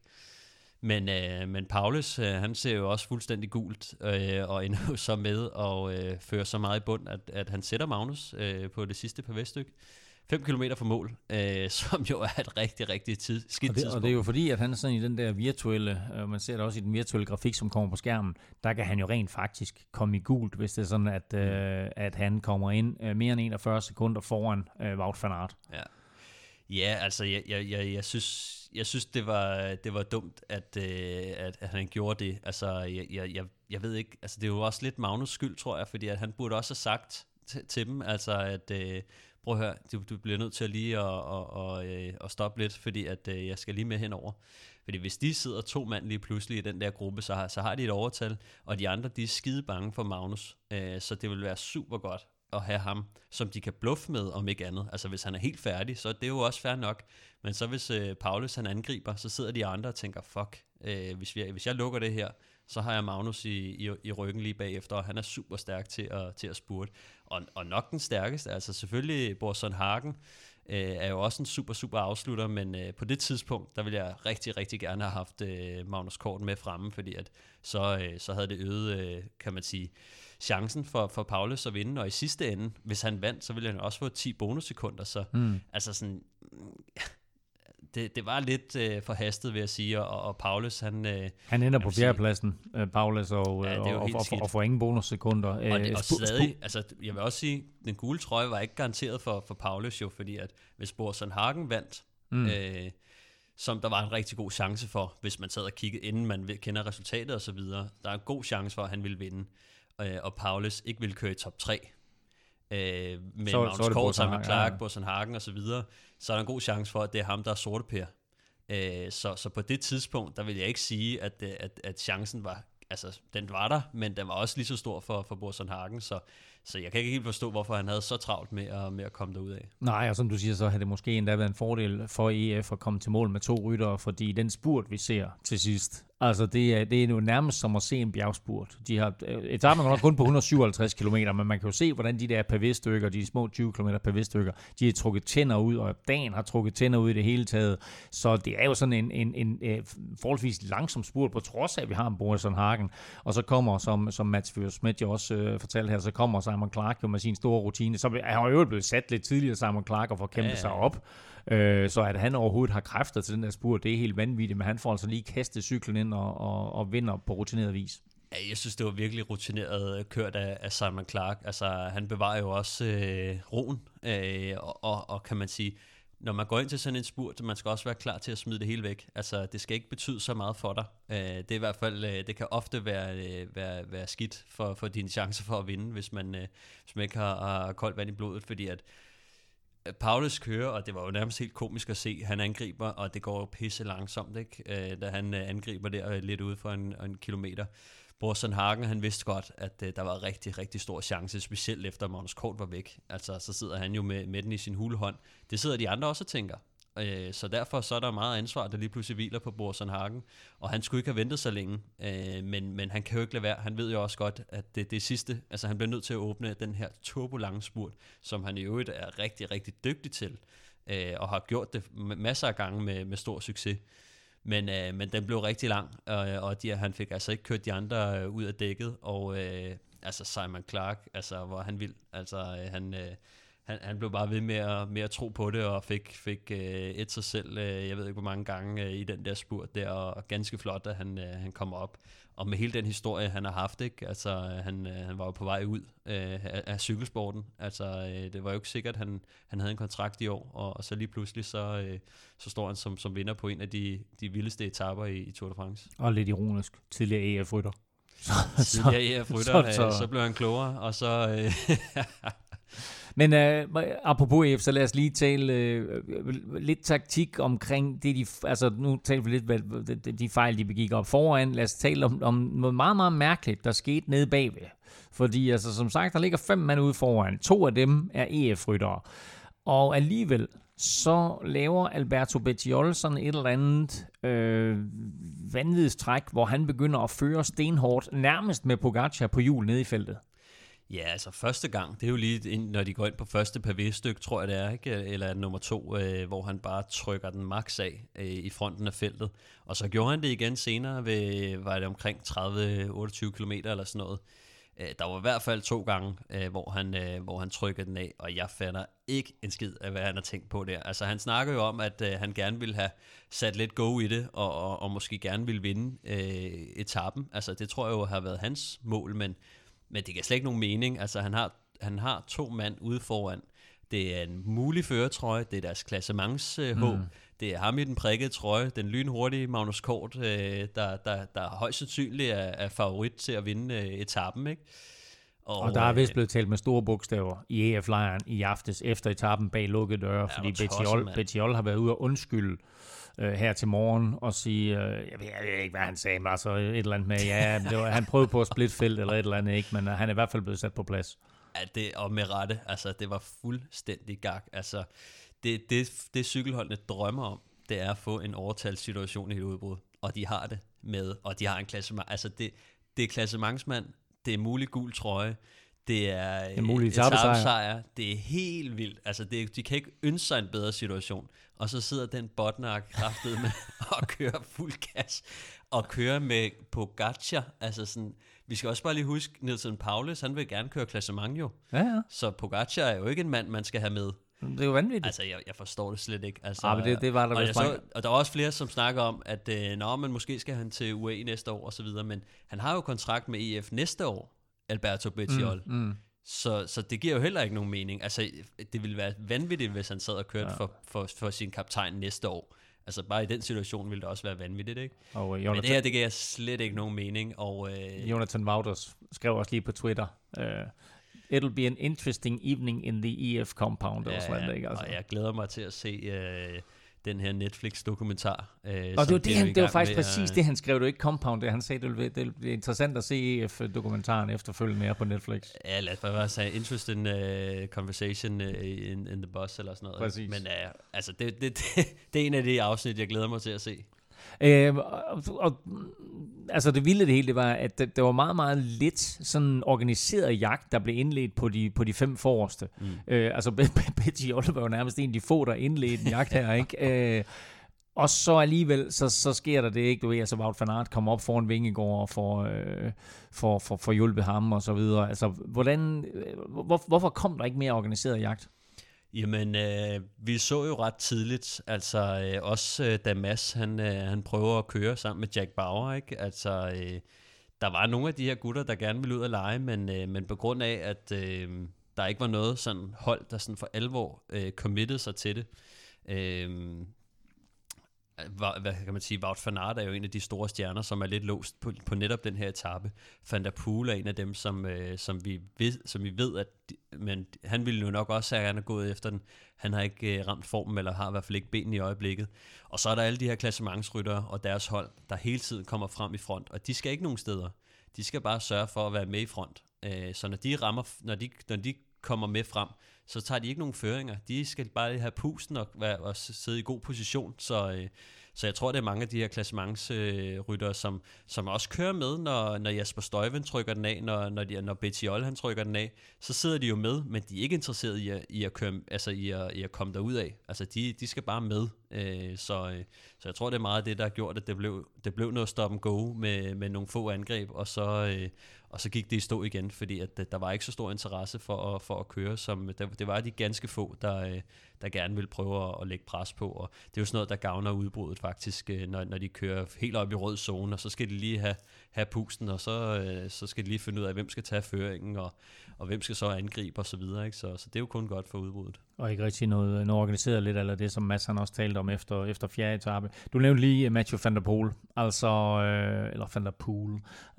Men Powless, han ser jo også fuldstændig gult, og ender jo så med at føre så meget i bund, at han sætter Magnus på det sidste pavé-stykke. 5 kilometer fra mål, som jo er et rigtig, rigtig skidt tidspunkt. Og det er jo fordi, at han er sådan i den der virtuelle, man ser det også i den virtuelle grafik, som kommer på skærmen, der kan han jo rent faktisk komme i gult, hvis det er sådan, at han kommer ind mere end 41 sekunder foran Wout van Aert. Ja, altså jeg synes det var dumt, at han gjorde det. Altså jeg ved ikke, altså det er jo også lidt Magnus skyld, tror jeg, fordi at han burde også have sagt til dem, altså at prøv at høre, du bliver nødt til lige at stoppe lidt, fordi at jeg skal lige med henover. Fordi hvis de sidder 2 mand lige pludselig i den der gruppe, så har de et overtal, og de andre, de er skide bange for Magnus. Så det vil være super godt at have ham, som de kan bluffe med, om ikke andet. Altså hvis han er helt færdig, så er det jo også fair nok. Men så hvis Powless han angriber, så sidder de andre og tænker, fuck, hvis jeg lukker det her, så har jeg Magnus i ryggen lige bagefter, og han er super stærk til at spurte. Og nok den stærkeste, altså selvfølgelig Boasson Hagen er jo også en super, super afslutter, men på det tidspunkt, der ville jeg rigtig, rigtig gerne have haft Magnus Kort med fremme, fordi at så havde det øget, kan man sige, chancen for Powless at vinde, og i sidste ende, hvis han vandt, så ville han også få 10 bonussekunder, så altså sådan, det var lidt forhastet, vil jeg sige, og Paulus, han ender på fjerdepladsen, Paulus, og får ingen bonussekunder. Og stadig, altså jeg vil også sige, den gule trøje var ikke garanteret for Paulus jo, fordi at hvis Boasson Hagen vandt, som der var en rigtig god chance for, hvis man sad og kiggede, inden man kender resultatet og så videre, der er en god chance for, at han ville vinde, og Paulus ikke ville køre i top 3, med Magnus Kort, Simon Clark, Boasson Hagen og så videre, så er der en god chance for, at det er ham, der er sorteper. Så på det tidspunkt, der vil jeg ikke sige, at chancen var, altså den var der, men den var også lige så stor for Boasson Hagen, så jeg kan ikke helt forstå, hvorfor han havde så travlt med at komme derud af. Nej, og som du siger, så havde det måske endda været en fordel for EF at komme til mål med 2 ryttere, fordi den spurt, vi ser til sidst, altså det er jo nærmest som at se en bjergspurt. De har etappen er kun på 157 km, men man kan jo se, hvordan de der pavé-stykker, de små 20 km pavé-stykker, de har trukket tænder ud, og dagen har trukket tænder ud i det hele taget. Så det er jo sådan en forholdsvis langsom spurt, på trods af, at vi har en Boasson Hagen. Og så kommer, som Mats Førsmith jo også fortalte her, så kommer Simon Clark jo med sin store rutine. Så han har jo blevet sat lidt tidligere, Simon Clark, og får kæmpet sig op. Så at han overhovedet har kræfter til den der spurt, det er helt vanvittigt, men han får altså lige kastet cyklen ind og vinder på rutineret vis. Ja, jeg synes, det var virkelig rutineret kørt af Simon Clark. Altså, han bevarer jo også roen, og kan man sige, når man går ind til sådan en spurt, man skal også være klar til at smide det hele væk. Altså, det skal ikke betyde så meget for dig. Det er i hvert fald, det kan ofte være skidt for dine chancer for at vinde, hvis man ikke har koldt vand i blodet, fordi at Paulus kører, og det var jo nærmest helt komisk at se, han angriber, og det går jo pisse langsomt, ikke? Da han angriber der lidt ude for en kilometer. Boasson Hagen, han vidste godt, at der var rigtig, rigtig stor chance, specielt efter Magnus Kort var væk. Altså, så sidder han jo med den i sin hulehånd. Det sidder de andre også og tænker. Så derfor så er der meget ansvar, der lige pludselig hviler på Boasson Hagen, og han skulle ikke have ventet så længe, men han kan jo ikke lade være. Han ved jo også godt, at det sidste, altså han bliver nødt til at åbne den her turbolange spurt, som han i øvrigt er rigtig, rigtig dygtig til, og har gjort det masser af gange med stor succes. Men den blev rigtig lang, og han fik altså ikke kørt de andre ud af dækket, og altså Simon Clark, altså hvor han vil, altså han blev bare ved med at tro på det, og fik et sig selv, jeg ved ikke hvor mange gange i den der spurt der, og ganske flot, at han kom op. Og med hele den historie, han har haft, ikke? Altså, han var jo på vej ud af cykelsporten. Altså, det var jo ikke sikkert, at han havde en kontrakt i år, og så lige pludselig, så står han som vinder på en af de vildeste etaper i Tour de France. Og lidt ironisk, tidligere EF-rytter. Tidligere EF-rytter, så blev han klogere, og så... Men apropos EF, så lad os lige tale lidt taktik omkring det, altså nu taler vi lidt de fejl, de begik op foran. Lad os tale om noget meget, meget mærkeligt, der skete nede bagved. Fordi altså, som sagt, der ligger 5 mand ude foran. 2 af dem er EF-ryttere. Og alligevel så laver Alberto Bettiol sådan et eller andet vanvidstræk, hvor han begynder at føre stenhårdt, nærmest med Pogačar på hjul nede i feltet. Ja, altså første gang, det er jo lige, når de går ind på første pavé-stykke, tror jeg det er, ikke? Eller nummer 2, hvor han bare trykker den max af i fronten af feltet. Og så gjorde han det igen senere, var det omkring 30-28 km eller sådan noget. Der var i hvert fald 2 gange, hvor han trykkede den af, og jeg fatter ikke en skid af, hvad han har tænkt på der. Altså han snakker jo om, at han gerne ville have sat lidt go i det, og måske gerne ville vinde etappen. Altså det tror jeg jo har været hans mål, men det giver slet ikke nogen mening. Altså han har 2 mand ude foran. Det er en mulig førertrøje, det er deres klassementshåb. Det er ham i den prikkede trøje, den lynhurtige Magnus Kort, der højst sandsynligt er favorit til at vinde etappen, ikke? Og der er vist blevet talt med store bogstaver i EF-lejren i aftes efter etappen bag lukkede døre, fordi Bettiol har været ude og undskylde her til morgen og sige, jeg ved ikke, hvad han sagde, men altså et eller andet med, han prøvede på at splitte felt eller et eller andet, ikke, men han er i hvert fald blevet sat på plads. Ja, og med rette, altså det var fuldstændig gak. Altså det cykelholdene drømmer om, det er at få en overtalssituation i et udbrud, og de har det med, og de har en klassement, altså det er klassementsmand, det er mulig gul trøje, det er en mulig etapesejr, det er helt vildt, altså de kan ikke ønske sig en bedre situation, og så sidder den Bodnar kraftet med og kører fuld gas, og kører med Pogačar, altså sådan, vi skal også bare lige huske, Nilsson Paulus, han vil gerne køre klassement jo, ja. Så Pogačar er jo ikke en mand, man skal have med. Det er jo vanvittigt. Altså, jeg forstår det slet ikke. Altså, men det var der vist mange. Og der er også flere, som snakker om, at men måske skal han til UAE næste år og så videre, men han har jo kontrakt med EF næste år, Alberto Bettiol. Så det giver jo heller ikke nogen mening. Altså, det ville være vanvittigt, hvis han sad og kørte for sin kaptajn næste år. Altså, bare i den situation ville det også være vanvittigt, ikke? Og, men det her, det giver slet ikke nogen mening. Og, Jonathan Wouters skrev også lige på Twitter, it'll be an interesting evening in the EF compound. Ikke? Altså. Og jeg glæder mig til at se den her Netflix-dokumentar. Og det var faktisk præcis det, han skrev. Det var ikke compound, han sagde, det ville blive interessant at se EF-dokumentaren efterfølgende her på Netflix. Ja, lad os bare sige, interesting conversation in the bus, eller sådan noget. Præcis. Men altså, det er en af de afsnit, jeg glæder mig til at se. Altså det vilde det hele, det var, at det var meget, meget lidt sådan organiseret jagt, der blev indledt på de 5 forreste. Altså Bettiol var jo nærmest en af de få, der indledte en jagt her, ikke? Og så alligevel, så sker der det ikke, du ved, altså Wout van Aert kommer op foran Vingegaard og får hjulpet ham og så videre. Altså, hvorfor kom der ikke mere organiseret jagt? Jamen, vi så jo ret tidligt, altså også da Mads, han prøver at køre sammen med Jack Bauer, ikke? Altså, der var nogle af de her gutter, der gerne ville ud og lege, men på grund af, at der ikke var noget sådan hold, der sådan for alvor committede sig til det. Hvad kan man sige, Wout van Aert er jo en af de store stjerner, som er lidt låst på netop den her etape. Van der Poel er en af dem, som vi ved, at men han ville jo nok også have gerne gået efter den. Han har ikke ramt formen, eller har i hvert fald ikke benene i øjeblikket. Og så er der alle de her klassementsryttere og deres hold, der hele tiden kommer frem i front, og de skal ikke nogen steder. De skal bare sørge for at være med i front. Så når de kommer med frem, så tager de ikke nogen føringer. De skal bare have pusten og sidde i god position. Så jeg tror, det er mange af de her klassementsryttere, som også kører med, når Jasper Stuyven trykker den af, når Bettiol han trykker den af, så sidder de jo med, men de er ikke interesseret i at køre, altså i at komme derud af. Altså de skal bare med. Så jeg tror, det er meget det, der har gjort, at det blev noget stop and go med nogle få angreb, og så gik det i stå igen, fordi at der var ikke så stor interesse for at køre, som det var de ganske få, der gerne ville prøve at lægge pres på, og det er jo sådan noget, der gavner udbruddet faktisk, når de kører helt op i rød zone, og så skal de lige have pusten, og så skal de lige finde ud af, hvem skal tage føringen, og hvem skal så angribe og så videre, ikke? Så det er jo kun godt for udbruddet. Og ikke rigtig noget organiseret lidt, eller det, som Mads han også talte om efter 4. etape. Du nævnte lige Mathieu van der Poel, eller van der Poel.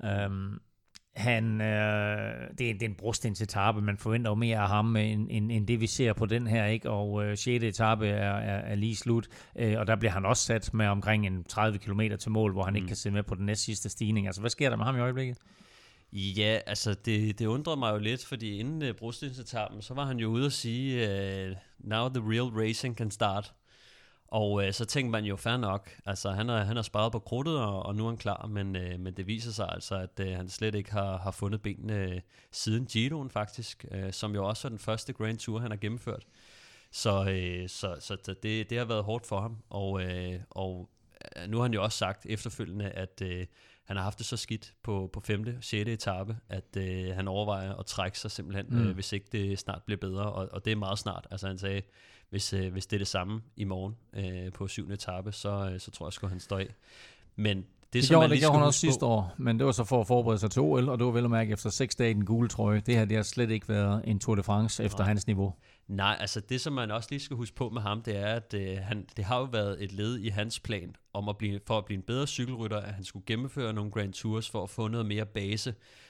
Det er en brostensetape, man forventer jo mere af ham, end det vi ser på den her, ikke? Og 6. etape er lige slut, og der bliver han også sat med omkring en 30 km til mål, hvor han ikke kan sidde med på den næst sidste stigning. Altså, hvad sker der med ham i øjeblikket? Ja, altså det undrer mig jo lidt, fordi inden brostensetappen, så var han jo ude at sige, now the real racing can start. Og så tænkte man jo, fair nok, altså han har sparet på krudtet, og nu er han klar, men det viser sig altså, at han slet ikke har fundet benene siden Giroen faktisk, som jo også var den første Grand Tour, han har gennemført. Så det har været hårdt for ham, og nu har han jo også sagt efterfølgende, at han har haft det så skidt på 5. og 6. etape, at han overvejer at trække sig simpelthen, hvis ikke det snart bliver bedre, og det er meget snart. Altså han sagde, hvis det er det samme i morgen på 7. etape, så tror jeg sgu, han står af. Men det gjorde han også sidste år, men det var så for at forberede sig til OL, og det var vel at mærke efter 6 dage i den gule trøje. Det her, det har slet ikke været en Tour de France efter hans niveau. Nej, altså det, som man også lige skal huske på med ham, det er, at det har jo været et led i hans plan om for at blive en bedre cykelrytter, at han skulle gennemføre nogle Grand Tours for at få noget mere base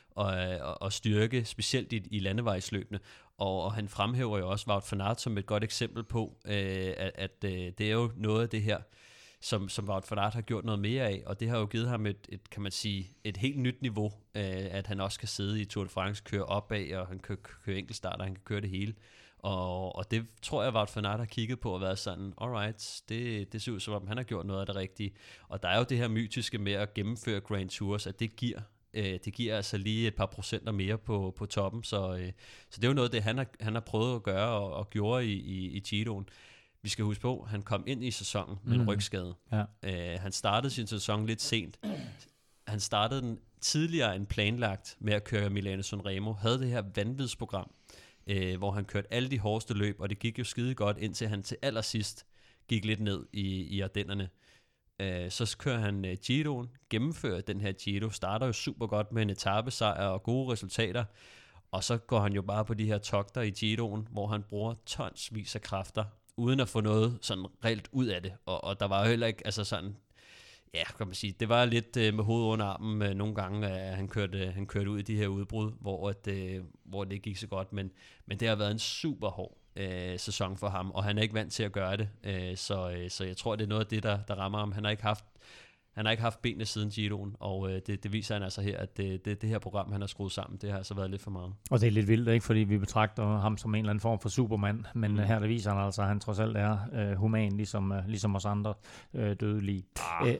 og styrke, specielt i landevejsløbene. Og han fremhæver jo også Wout van Aert som et godt eksempel på, at det er jo noget af det her, som Wout van Aert har gjort noget mere af, og det har jo givet ham kan man sige, et helt nyt niveau, at han også kan sidde i Tour de France, køre opad, og han kan køre enkeltstarter, han kan køre det hele. Og det tror jeg, Wout van Aert har kigget på og været sådan, alright, det ser ud som om, han har gjort noget af det rigtige. Og der er jo det her mytiske med at gennemføre Grand Tours, at det giver altså lige et par procenter mere på toppen, så det er jo noget af det, han har prøvet at gøre og gjorde i Giroen. Vi skal huske på, at han kom ind i sæsonen med en rygskade. Ja. Han startede sin sæson lidt sent. Han startede den tidligere end planlagt med at køre Milano Sanremo, havde det her vanvidsprogram. hvor han kørte alle de hårdeste løb, og det gik jo skide godt, indtil han til allersidst gik lidt ned i Ardennerne. Så kører han Giroen, gennemfører den her Giro, starter jo super godt med en etapesejr og gode resultater, og så går han jo bare på de her togter i Giroen, hvor han bruger tonsvis af kræfter, uden at få noget sådan reelt ud af det, og der var jo heller ikke, altså sådan, ja, kan man sige, det var lidt med hovedet under armen nogle gange, at han kørte ud i de her udbrud, hvor det gik så godt, men det har været en super hård sæson for ham, og han er ikke vant til at gøre det, så jeg tror, det er noget af det, der rammer ham. Han har ikke haft benene siden Giroen, og det viser han altså her, at det her program, han har skruet sammen, det har altså været lidt for meget. Og det er lidt vildt, ikke? Fordi vi betragter ham som en eller anden form for supermand, men her der viser han altså, at han trods alt er human, ligesom os andre dødelige. Okay.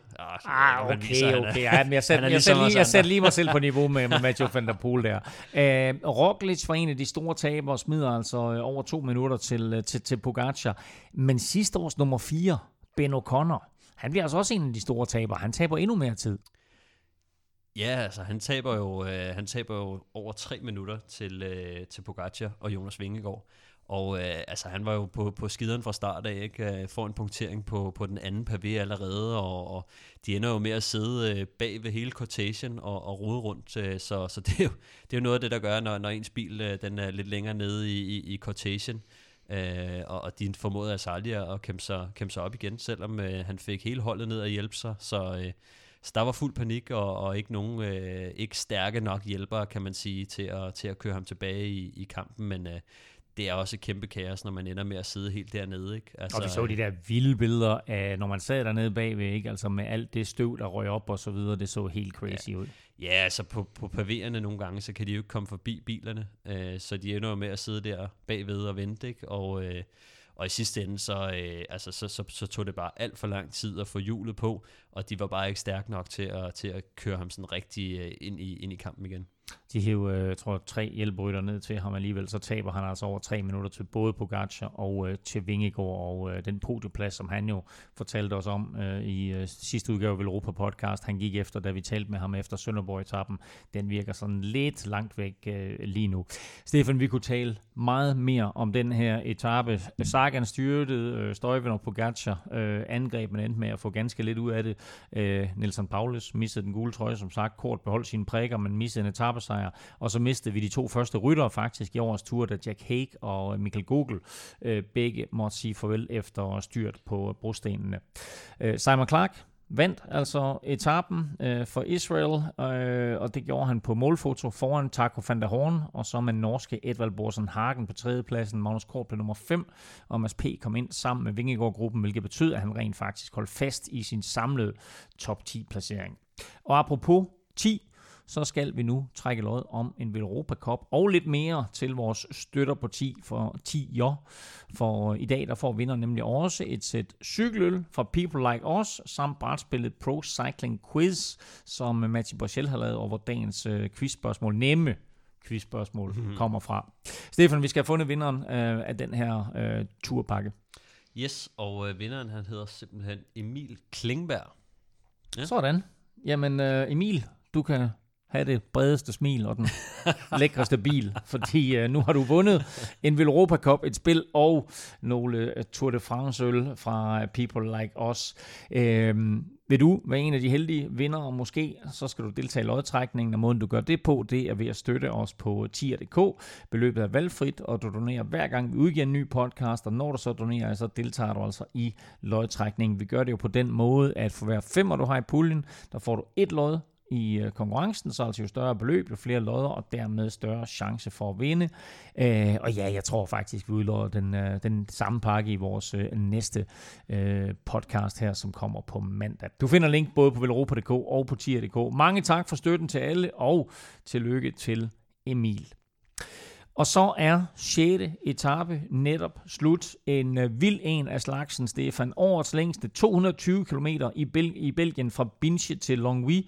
Ja, men jeg satte lige mig selv på niveau med Mathieu van der Poel der. Roglic var en af de store tabere, smider altså over 2 minutter til Pogacar, men sidste års nummer 4, Ben O'Connor, han bliver altså også en af de store tabere. Han taber endnu mere tid. Ja, altså han taber jo over 3 minutter til Pogacar og Jonas Vingegaard. Og altså han var jo på skideren fra start af, ikke? Får en punktering på den anden pavé allerede, og de ender jo med at sidde bag ved hele cortagen og rode rundt. Så det er jo noget af det, der gør, når ens bil den er lidt længere nede i cortagen. Og de formåede altså aldrig at kæmpe sig op igen, selvom han fik hele holdet ned og hjælpe sig. Så der var fuld panik, og ikke nogen ikke stærke nok hjælpere, kan man sige, til at køre ham tilbage i kampen. Men det er også et kæmpe kaos, når man ender med at sidde helt dernede, ikke? Altså, og vi så de der vilde billeder af, når man sad dernede bagved, ikke? Altså med alt det støv, der røg op og så videre, det så helt crazy ud. Ja, altså på pavéerne nogle gange, så kan de jo ikke komme forbi bilerne, så de ender jo med at sidde der bagved og vente, ikke? Og i sidste ende, så tog det bare alt for lang tid at få hjulet på, og de var bare ikke stærke nok til at køre ham sådan rigtig ind i kampen igen. De hævde, tror 3 hjælperytter ned til ham alligevel, så taber han altså over 3 minutter til både Pogacar og til Vingegaard, og den podieplads, som han jo fortalte os om i sidste udgave af Europa Podcast, han gik efter, da vi talte med ham efter Sønderborg-etappen, den virker sådan lidt langt væk lige nu. Stefan, vi kunne tale meget mere om den her etape. Sagan styrtede, Stuyven og Pogacar angreb, men endte med at få ganske lidt ud af det. Nelson Paulus missede den gule trøje, som sagt, kort beholdt sine prikker, men missede en etapesejr, og så mistede vi de 2 første ryttere faktisk i årets tur, da Jack Haig og Michael Gogel begge måtte sige farvel efter styrt på brostenene. Simon Clark vandt altså etappen for Israel, og det gjorde han på målfoto foran Taco van der Horn, og så med norske Edvald Boasson Hagen på 3. pladsen, Magnus Kort blev nummer 5, og Mads P. kom ind sammen med Vingegaard-gruppen, hvilket betød, at han rent faktisk holdt fast i sin samlede top 10-placering. Og apropos 10, så skal vi nu trække lod om en Velropa Cup og lidt mere til vores støtter på 10 for 10 år. For i dag der får vinder nemlig også et sæt cykeløl fra People Like Us, samt brætspillet Pro Cycling Quiz, som Mathieu Bochel har lavet over dagens quizspørgsmål. Nemme quizspørgsmål kommer fra. Stefan, vi skal have fundet vinderen af den her turpakke. Yes, og vinderen han hedder simpelthen Emil Klingberg. Ja. Sådan. Jamen Emil, du kan have det bredeste smil og den lækreste bil, fordi nu har du vundet en Velropa Cup, et spil og nogle Tour de France-øl fra People Like Us. Vil du være en af de heldige vindere, måske, så skal du deltage i lodtrækningen, og måden du gør det på, det er ved at støtte os på tier.dk. Beløbet er valgfrit, og du donerer hver gang vi udgiver en ny podcast, og når du så donerer, så deltager du altså i lodtrækningen. Vi gør det jo på den måde, at for hver 5, du har i puljen, der får du 1 lod i konkurrencen, så altså jo større beløb, jo flere lodder, og dermed større chance for at vinde. Og ja, jeg tror faktisk, vi udlodder den samme pakke i vores næste podcast her, som kommer på mandag. Du finder link både på velropa.dk og på tier.dk. Mange tak for støtten til alle, og tillykke til Emil. Og så er 6. etape netop slut. En vild en af slagsen, Stefan. Årets længste 220 km i Belgien fra Binche til Longwy.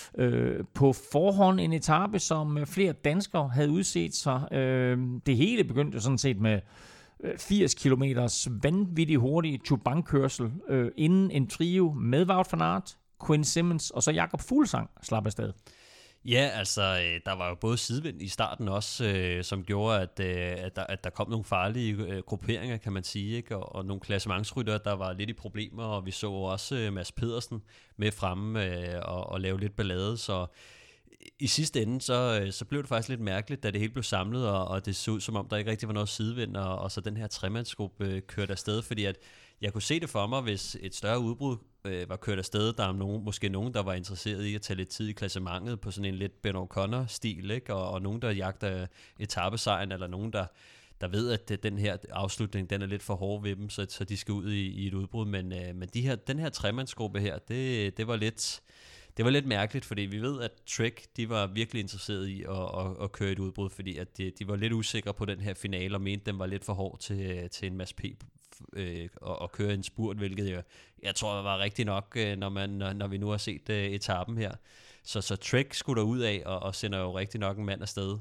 På forhånd en etape, som flere danskere havde udset sig. Det hele begyndte sådan set med 80 kilometers vanvittigt hurtig turbankørsel inden en trio med Wout van Aert, Quinn Simmons og så Jakob Fuglsang slap afsted. Ja, altså, der var jo både sidevind i starten også, som gjorde, at der kom nogle farlige grupperinger, kan man sige, ikke? Og nogle klassementsryttere, der var lidt i problemer, og vi så også Mads Pedersen med fremme og lave lidt ballade, så i sidste ende, så blev det faktisk lidt mærkeligt, da det hele blev samlet, og det så ud som om, der ikke rigtig var noget sidevind, og så den her tremandsgruppe kørte afsted, fordi at jeg kunne se det for mig, hvis et større udbrud var kørt afsted, der er måske nogen, der var interesseret i at tage lidt tid i klassementet på sådan en lidt Ben O'Connor-stil, ikke? Og nogen, der jagter etapesejren, eller nogen, der ved, at den her afslutning, den er lidt for hård ved dem, så de skal ud i et udbrud, men den her tremandsgruppe her, det var lidt... Det var lidt mærkeligt, fordi vi ved, at Trek, de var virkelig interesserede i at køre et udbrud, fordi at de var lidt usikre på den her finale, og mente, den var lidt for hård til en Mads P. At køre en spurt, hvilket jeg tror var rigtigt nok, når vi nu har set etappen her. Så Trek skulle der ud af, og sender jo rigtig nok en mand afsted.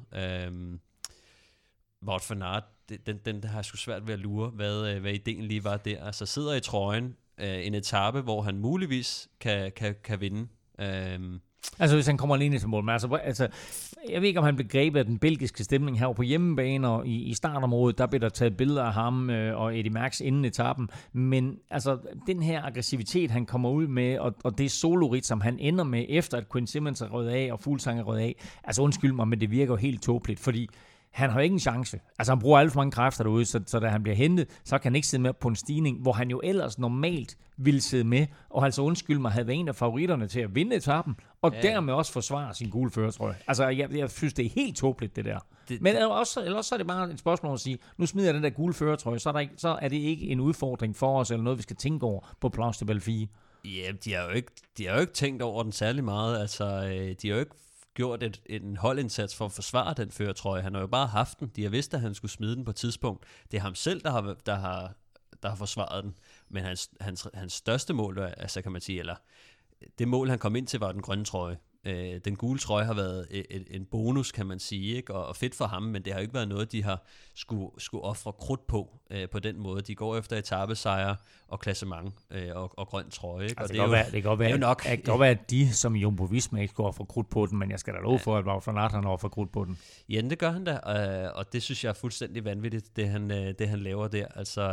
Wout van Aert, den har jeg sgu svært ved at lure, hvad ideen lige var der. Altså sidder i trøjen en etape, hvor han muligvis kan vinde. Altså hvis han kommer alene til mål. Men altså, jeg ved ikke, om han blev grebet af den belgiske stemning her på hjemmebane, og i startområdet, der blev der taget billeder af ham og Eddy Merckx inden etappen. Men altså, den her aggressivitet, han kommer ud med, og det solorit, som han ender med, efter at Quinn Simmons er røget af, og Fuglsang er røget af, altså undskyld mig, men det virker jo helt tåbeligt, fordi han har jo ikke en chance. Altså han bruger alt for mange kræfter derude, så da han bliver hentet, så kan han ikke sidde med på en stigning, hvor han jo ellers normalt ville sidde med, og altså undskyld mig, havde været en af favoritterne til at vinde etappen, og dermed også forsvare sin gule førertrøje. Altså jeg synes, det er helt tåbeligt, det der. Men ellers så er det bare et spørgsmål at sige, nu smider jeg den der gule førertrøje, så er det ikke en udfordring for os, eller noget, vi skal tænke over på Planche de Belleville. Ja, de har jo ikke tænkt over den særlig meget. Altså, de har jo ikke gjort en holdindsats for at forsvare den førertrøje. Han har jo bare haft den. De har vidst, at han skulle smide den på et tidspunkt. Det er ham selv, der har forsvaret den. Men hans største mål, altså kan man sige, eller det mål, han kom ind til, var den grønne trøje. Den gule trøje har været en bonus, kan man sige, ikke? Og fedt for ham, men det har jo ikke været noget, de har skulle ofre krudt på den måde. De går efter etapesejre og klassement og grøn trøje. Ikke? Altså, det kan godt være, at de som Jumbo Visma ikke går for krudt på den, men jeg skal da love for, at Wout van Aert han for krudt på den. Ja, det gør han da, og det synes jeg er fuldstændig vanvittigt, det han laver der. Altså,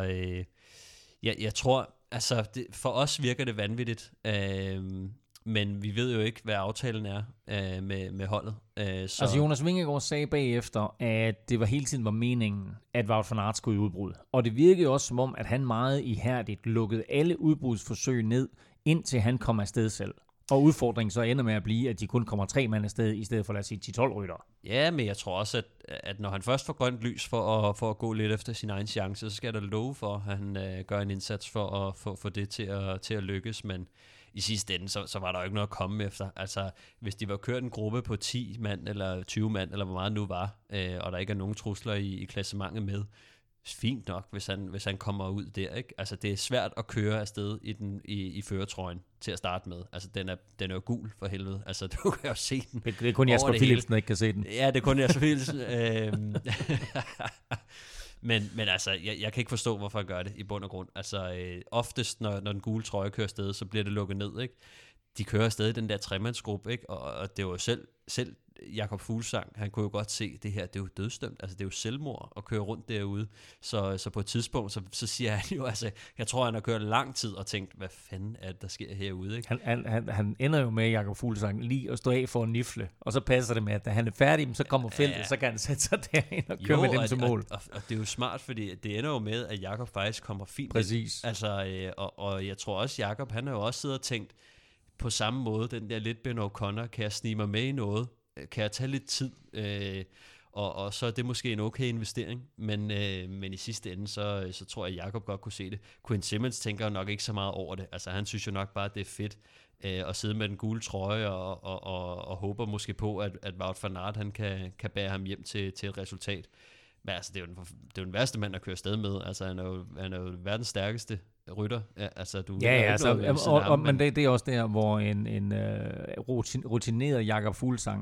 jeg tror, altså for os virker det vanvittigt, men vi ved jo ikke, hvad aftalen er med holdet. Så. Altså Jonas Vingegaard sagde bagefter, at det hele tiden var meningen, at Wout van Aert skulle i udbrud. Og det virkede også som om, at han meget ihærdigt lukkede alle udbrudsforsøg ned, indtil han kom afsted selv. Og udfordringen så ender med at blive, at de kun kommer 3 mand afsted, i stedet for, lad os sige, 10-12 ryttere. Ja, men jeg tror også, at når han først får grønt lys for at gå lidt efter sin egen chance, så skal jeg da love for, at han gør en indsats for at få det til at lykkes. Men i sidste ende, så var der jo ikke noget at komme efter. Altså, hvis de var kørt en gruppe på 10 mand, eller 20 mand, eller hvor meget nu var, og der ikke er nogen trusler i klassementet med, fint nok, hvis han kommer ud der, ikke? Altså, det er svært at køre afsted i førertrøjen til at starte med. Altså, den er jo gul for helvede. Altså, du kan jo se den. Det er kun Jasper Philipsen, der ikke kan se den. Ja, det er kun Jasper Philipsen. Men altså, jeg kan ikke forstå, hvorfor jeg gør det i bund og grund. Altså, oftest, når den gule trøje kører afsted, så bliver det lukket ned, ikke? De kører afsted i den der tremandsgruppe, ikke? Og det var jo selv Jakob Fuglsang, han kunne jo godt se, det her, det er jo dødsdømt, altså det er jo selvmord at køre rundt derude, så på et tidspunkt, så siger han jo, altså, jeg tror, han har kørt lang tid og tænkt, hvad fanden er det, der sker herude, ikke? Han ender jo med, Jakob Fuglsang, lige at stå af for en nifle, og så passer det med, at da han er færdig, så kommer feltet, så kan han sætte sig derind og køre med dem til mål. Og det er jo smart, fordi det ender jo med, at Jakob faktisk kommer fint. Præcis. Altså, og jeg tror også, Jakob, han har jo også siddet og tænkt, på samme måde, den der lidt Ben O'Connor, kan jeg snige mig med i noget? Kan jeg tage lidt tid? Og så er det måske en okay investering, men i sidste ende, så tror jeg, at Jakob godt kunne se det. Quinn Simmons tænker jo nok ikke så meget over det. Altså, han synes jo nok bare, at det er fedt at sidde med den gule trøje og håber måske på, at Wout van Aert, han kan bære ham hjem til et resultat. Men altså, det er jo den værste mand at køre afsted med. Altså, han er jo verdens stærkeste rytter. Altså, men det er også der, hvor en rutineret Jakob Fuglsang jo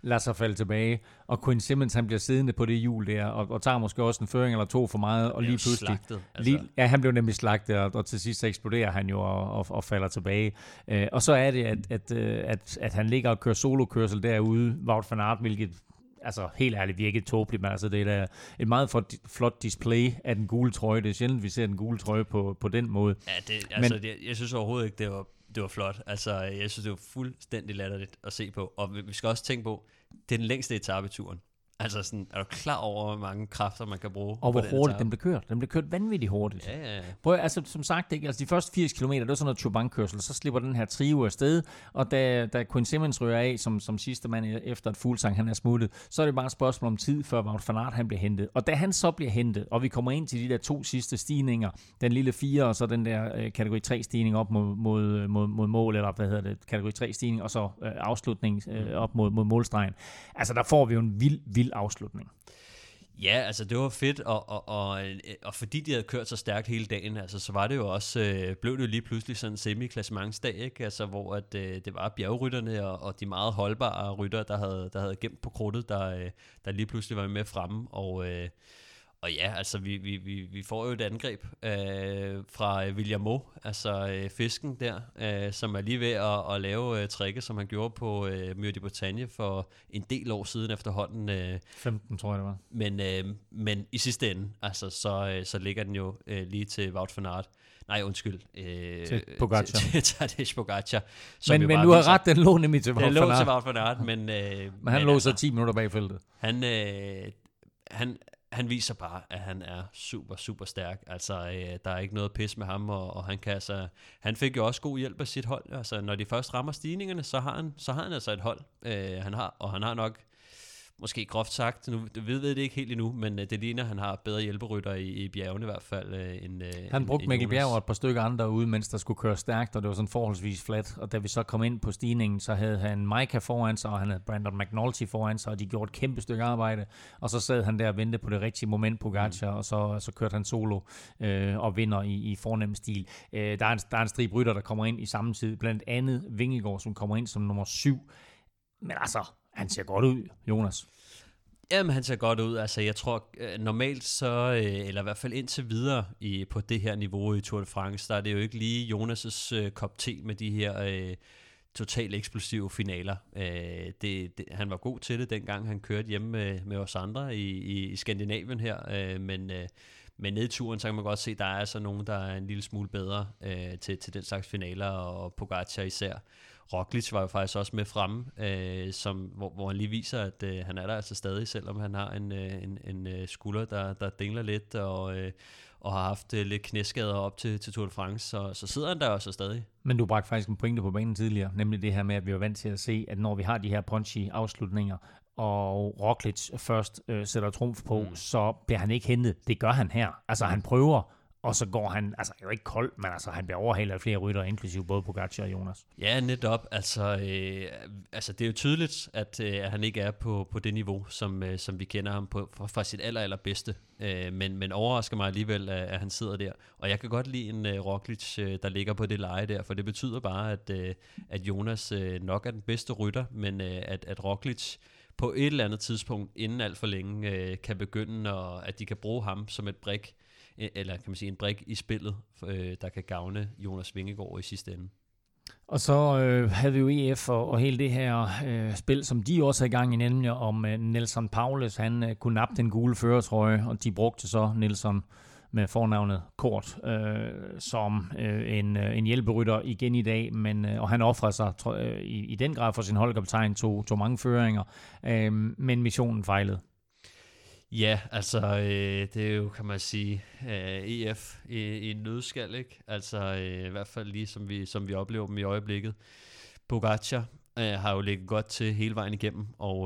lader sig falde tilbage, og Quinn Simmons, han bliver siddende på det hjul der, og tager måske også en føring eller to for meget, og lige pludselig... Slagtet, altså. Han blev nemlig slagtet, og til sidst så eksploderer han jo og falder tilbage. Og så er det, at han ligger og kører solokørsel derude, Wout van Aert, hvilket... Altså, helt ærligt virkelig tåbeligt, men altså, det er da et meget flot display af den gule trøje. Det er sjældent, vi ser den gule trøje på den måde. Ja, jeg synes overhovedet ikke, det var flot. Altså, jeg synes, det var fuldstændig latterligt at se på. Og vi skal også tænke på, det er den længste etape i turen. Altså sådan, er du klar over, hvor mange kræfter man kan bruge? Og hvor hurtigt den blev kørt. Den blev kørt vanvittigt hurtigt. Ja. Prøv, altså, som sagt, ikke? Altså, de første 80 km, det var sådan noget turbankørsel, så slipper den her trio afsted, og da Quinn Simmons ryger af, som sidste mand efter et Fuglsang, han er smuttet, så er det bare et spørgsmål om tid, før Wout van Aert, han bliver hentet. Og da han så bliver hentet, og vi kommer ind til de der 2 sidste stigninger, den lille 4, og så den der kategori 3 stigning op mod mål, eller hvad hedder det, kategori 3 stigning, og så afslutning op mod målstregen. Altså, der får vi jo en vild afslutning. Ja, altså det var fedt, og fordi de havde kørt så stærkt hele dagen, altså så var det jo også, blev det jo lige pludselig sådan en semi-klassementsdag, ikke? Altså hvor at, det var bjergrytterne og de meget holdbare rytter, der havde gemt på krudtet, der lige pludselig var med fremme, og ja, altså vi får jo et angreb fra William Mo, altså fisken der, som er lige ved at lave tricket, som han gjorde på Mur de Bretagne for en del år siden efterhånden. 15, tror jeg det var. Men i sidste ende, altså så ligger den jo lige til Wout van Aert. Nej, undskyld. Til Pogacar. Til Tadej Pogacar. Men du har ret, den lå nemlig til Wout van Aert. Den lå til Wout van Aert, men han lå så 10 minutter bag feltet. Han viser bare, at han er super, super stærk. Altså, der er ikke noget pis med ham, og han kan altså... Han fik jo også god hjælp af sit hold. Altså, når de først rammer stigningerne, så har han altså et hold. Han har nok, måske groft sagt, nu ved det ikke helt endnu, men det ligner, han har bedre hjælperytter i bjergene i hvert fald. Han brugte Mikkel Bjerg og et par stykker andre ude, mens der skulle køre stærkt, og det var sådan forholdsvis fladt. Og da vi så kom ind på stigningen, så havde han Maika foran sig, og han havde Brandon McNulty foran sig, og de gjorde et kæmpe stykke arbejde. Og så sad han der og ventede på det rigtige moment, Pogacar, og så kørte han solo og vinder i fornem stil. Der er en stribe rytter, der kommer ind i samme tid, blandt andet Vingegaard, som kommer ind som nummer 7. Men altså, han ser godt ud, Jonas. Jamen, han ser godt ud. Altså, jeg tror normalt så, eller i hvert fald indtil videre på det her niveau i Tour de France, der er det jo ikke lige Jonas' kop te med de her totalt eksplosive finaler. Han var god til det, dengang han kørte hjemme med os andre i Skandinavien her, men nede i turen, så kan man godt se, at der er altså nogen, der er en lille smule bedre til den slags finaler, og Pogacar især. Roglic var jo faktisk også med fremme, hvor han lige viser, at han er der altså stadig, selvom han har en skulder, der dingler lidt, og har haft lidt knæskader op til Tour de France, så sidder han der også stadig. Men du bragte faktisk en pointe på banen tidligere, nemlig det her med, at vi er vant til at se, at når vi har de her punchy afslutninger, og Roglic først sætter trumf på, så bliver han ikke hentet. Det gør han her. Altså han prøver, og så går han, altså jo ikke kold, men altså han bliver overhalet af flere rytter, inklusive både Pogacar og Jonas. Ja, netop. Altså det er jo tydeligt, at han ikke er på det niveau, som vi kender ham på fra sit allerbedste. Men overrasker mig alligevel, at han sidder der. Og jeg kan godt lide en Roglic, der ligger på det leje der, for det betyder bare, at Jonas nok er den bedste rytter, men at Roglic på et eller andet tidspunkt, inden alt for længe, kan begynde, og at de kan bruge ham som et brik, eller kan man sige en brik i spillet, der kan gavne Jonas Vingegaard i sidste ende. Og så havde vi jo EF og hele det her spil, som de også er i gang i, nemlig om Nelson Paulus, han kunne nappe den gule førertrøje, og de brugte så Nelson med fornavnet Kort som en hjælperytter igen i dag, og han offrede sig i den grad for sin holdkaptajn, tog mange føringer, men missionen fejlede. Ja, altså det er jo, kan man sige, EF i en nødskal, ikke? Altså i hvert fald lige som vi oplever dem i øjeblikket. Pogacar har jo ligget godt til hele vejen igennem,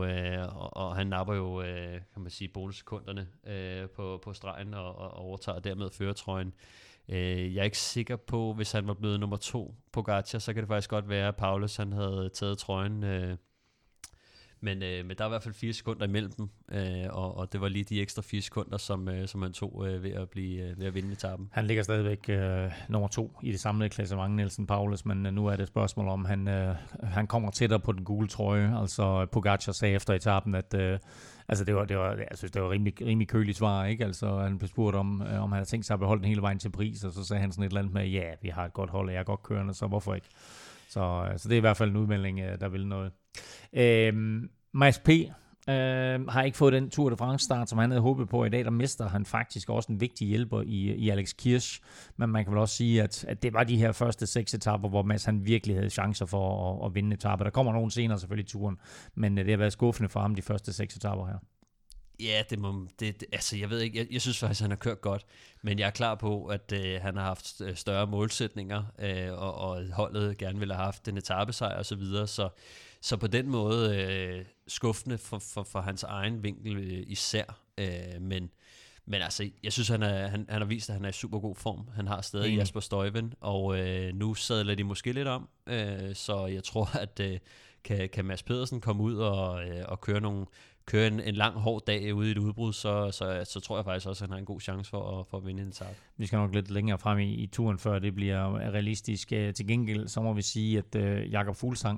og han napper jo, kan man sige, bonussekunderne på stregen og overtager dermed førertrøjen. Jeg er ikke sikker på, hvis han var blevet nummer 2 Pogacar, så kan det faktisk godt være, at Paulus han havde taget trøjen. Men der er i hvert fald 4 sekunder imellem dem, og det var lige de ekstra 4 sekunder, som han tog ved at vinde etappen. Han ligger stadigvæk nummer 2 i det samlede klassement, Nelson Paulus, men nu er det et spørgsmål om, han kommer tættere på den gule trøje. Altså Pogačar sagde efter etappen, at det var rimelig køligt svar, ikke? Altså han blev spurgt om han havde tænkt sig at beholde den hele vejen til Paris, og så sagde han sådan et eller andet med, ja, vi har et godt hold, og jeg er godt kørende, så hvorfor ikke? Så det er i hvert fald en udmelding, der vil noget. Mads P. Har ikke fået den Tour de France start, som han havde håbet på i dag. Der mister han faktisk også en vigtig hjælper i Alex Kirch. Men man kan vel også sige, at det var de her første 6 etapper, hvor Mads han virkelig havde chancer for at vinde etapper. Der kommer nogen senere selvfølgelig i turen, men det har været skuffende for ham de første 6 etapper her. Ja, altså jeg ved ikke, jeg synes faktisk, han har kørt godt, men jeg er klar på, at han har haft større målsætninger, og holdet gerne ville have haft en etapesejr og så videre, så på den måde skuffende for hans egen vinkel især, men altså, jeg synes, han har vist, at han er i super god form. Han har stadig Jasper Stuyven, og nu sadler de måske lidt om, så jeg tror, at kan Mads Pedersen komme ud og køre en lang, hård dag ude i et udbrud, så tror jeg faktisk også, at han har en god chance for at vinde en etape. Vi skal nok lidt længere frem i turen, før det bliver realistisk. Til gengæld, så må vi sige, at Jakob Fuglsang,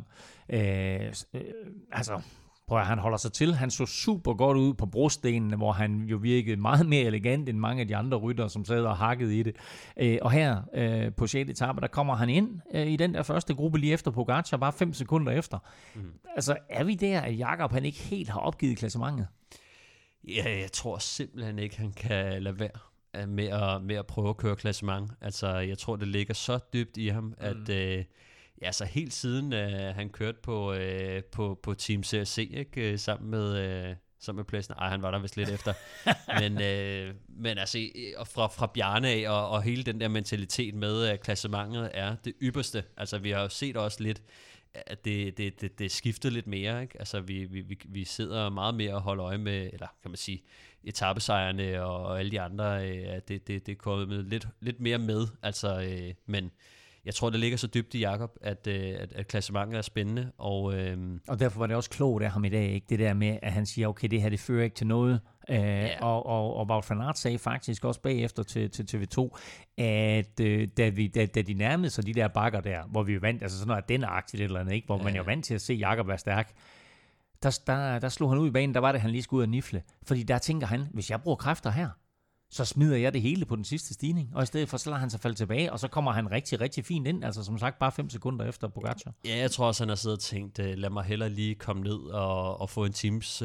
prøv at han holder sig til. Han så super godt ud på brostenene, hvor han jo virkede meget mere elegant end mange af de andre ryttere, som sad og hakkede i det. Og her på 6. etape, der kommer han ind i den der første gruppe lige efter Pogačar, bare 5 sekunder efter. Altså, er vi der, at Jakob han ikke helt har opgivet klassementet? Ja, jeg tror simpelthen ikke, han kan lade være med at prøve at køre klassement. Altså, jeg tror, det ligger så dybt i ham, at så helt siden han kørte på Team CRC, ikke, sammen med pladsen. Han var der vist lidt efter. men altså, fra Bjarne af, og hele den der mentalitet med, at klassementet er det ypperste. Altså, vi har jo set også lidt, at det skifter lidt mere, ikke? Altså, vi sidder meget mere og holder øje med, eller kan man sige, etapesejrene og alle de andre, det er kommet lidt mere med, altså, men jeg tror, det ligger så dybt i Jakob, at klassementet er spændende. Og derfor var det også klogt af ham i dag, ikke? Det der med, at han siger, okay, det her, det fører ikke til noget. Og Wout van Aert sagde faktisk også bagefter til TV2, at da de nærmede sig de der bakker der, hvor vi jo vandt, altså sådan noget Ardenner-agtigt eller andet, ikke? Hvor man jo vant til at se Jakob være stærk, der slog han ud i banen, der var det, han lige skulle ud og nifle. Fordi der tænker han, hvis jeg bruger kræfter her, så smider jeg det hele på den sidste stigning, og i stedet for, så lader han sig falde tilbage, og så kommer han rigtig, rigtig fint ind, altså som sagt bare 5 sekunder efter Pogačar. Ja, jeg tror også, han har siddet og tænkt, lad mig hellere lige komme ned og få en teams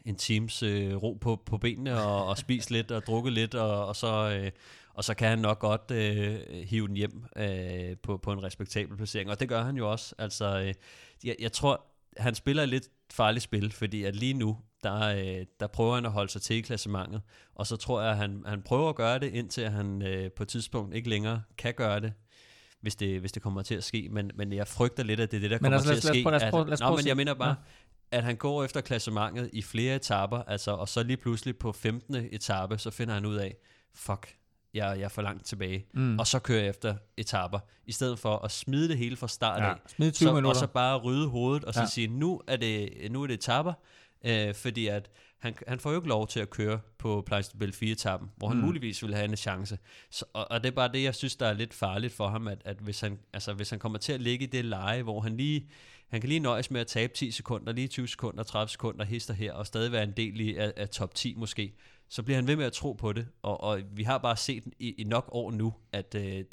ro på benene, og spise lidt og drukke lidt, og så kan han nok godt hive den hjem på en respektabel placering, og det gør han jo også. Altså, jeg tror, han spiller et lidt farligt spil, fordi at lige nu, der prøver han at holde sig til i klassementet, og så tror jeg, at han prøver at gøre det, indtil han på et tidspunkt ikke længere kan gøre det, hvis det kommer til at ske, men jeg frygter lidt, at det er det, der kommer til at ske. Men jeg mener bare, at han går efter klassementet i flere etaper, altså, og så lige pludselig på 15. etape, så finder han ud af, fuck, jeg er for langt tilbage, og så kører jeg efter etaper, i stedet for at smide det hele fra start af, og så bare rydde hovedet, og så sige, nu er det etaper, fordi at han får jo ikke lov til at køre på Plejstebæl 4-etappen, hvor han muligvis ville have en chance. Og det er bare det, jeg synes, der er lidt farligt for ham, at hvis han kommer til at ligge i det leje, hvor han kan lige nøjes med at tabe 10 sekunder, lige 20 sekunder, 30 sekunder, hister her, og stadig være en del af top 10 måske, så bliver han ved med at tro på det. Og vi har bare set i nok år nu, at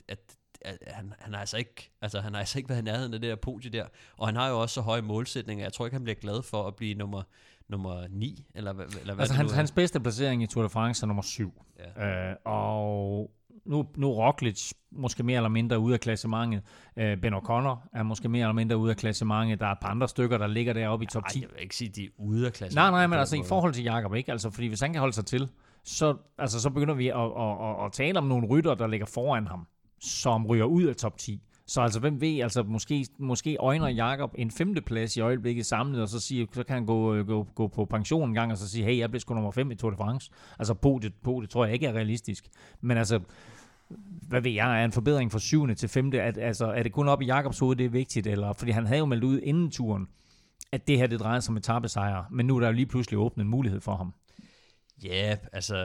han har altså ikke været i nærheden af det der podie der, og han har jo også så høje målsætninger. Jeg tror ikke, han bliver glad for at blive nummer 9, eller hvad altså det nu er. Hans bedste placering i Tour de France er nummer 7. Ja. Og nu Roglic måske mere eller mindre ude af klassementet. Ben O'Connor er måske mere eller mindre ude af klassementet. Der er et par andre stykker, der ligger deroppe i top 10. Jeg vil ikke sige, de er ude af klassementet. Nej, men altså i forhold til Jakob, ikke? Altså, fordi hvis han kan holde sig til, så begynder vi at tale om nogle rytter, der ligger foran ham, som ryger ud af top 10. Så altså, hvem ved, altså måske øjner Jakob en 5. plads i øjeblikket samlet, og så kan han gå på pension en gang, og så sige, hey, jeg blev sgu nummer 5 i Tour de France. Altså, podiet tror jeg ikke er realistisk. Men altså, hvad ved jeg, er en forbedring fra 7. til 5. Er det kun op i Jakobs hoved, det er vigtigt? Eller, fordi han havde jo meldt ud inden turen, at det her, det drejer sig om etapesejre, men nu er der jo lige pludselig åbnet en mulighed for ham. Ja, altså,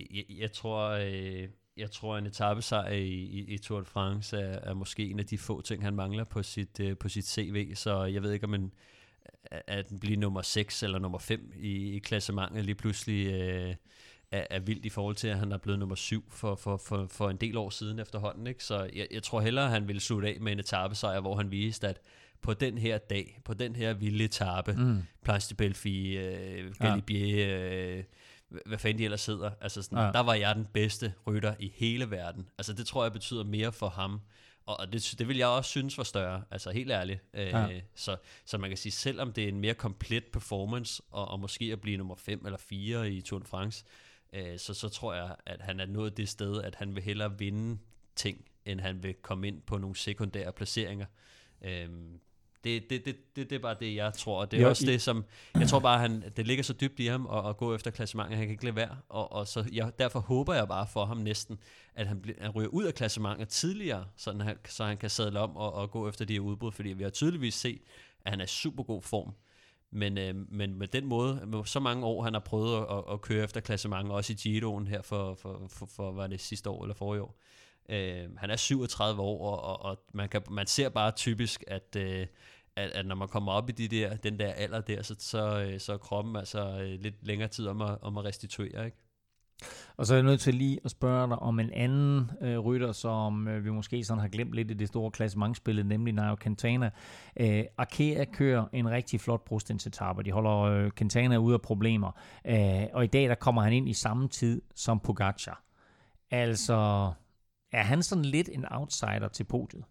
jeg tror en etapesejr i Tour de France er måske en af de få ting, han mangler på sit CV, så jeg ved ikke, om at den bliver nummer 6 eller nummer 5 i klassementet lige pludselig er vildt i forhold til, at han er blevet nummer 7 for en del år siden efterhånden, ikke? Så jeg tror hellere, at han ville slutte af med en etapesejr, hvor han viste, at på den her dag, på den her vilde etape, Planche de Belfi, Galibier, hvad fanden de ellers hedder, altså sådan, der var jeg den bedste rytter i hele verden. Altså det tror jeg betyder mere for ham, og det vil jeg også synes var større, altså helt ærligt. Så man kan sige, selvom det er en mere komplet performance, og måske at blive nummer 5 eller 4 i Tour de France, så tror jeg, at han er nået det sted, at han vil hellere vinde ting, end han vil komme ind på nogle sekundære placeringer. Det er bare det, jeg tror. Det er også det, som jeg tror bare, det ligger så dybt i ham at gå efter klassementet. Han kan ikke lade være. Og så derfor håber jeg bare for ham næsten, at han ryger ud af klassementet tidligere, så han kan sadle om og gå efter de her udbrud. Fordi vi har tydeligvis set, at han er i super god form. Men med den måde, med så mange år, han har prøvet at køre efter klassementet, også i Giroen her for var det sidste år eller forrige år. Han er 37 år, og man ser bare typisk, at når man kommer op i den der alder der, så er kroppen altså lidt længere tid om at restituere, ikke? Og så er jeg nødt til lige at spørge dig om en anden rytter, som vi måske sådan har glemt lidt i det store klassementsspillet, nemlig Nairo Quintana. Arkea kører en rigtig flot brostensetape. De holder Quintana ude af problemer. Og i dag der kommer han ind i samme tid som Pogačar. Altså, er han sådan lidt en outsider til podiet?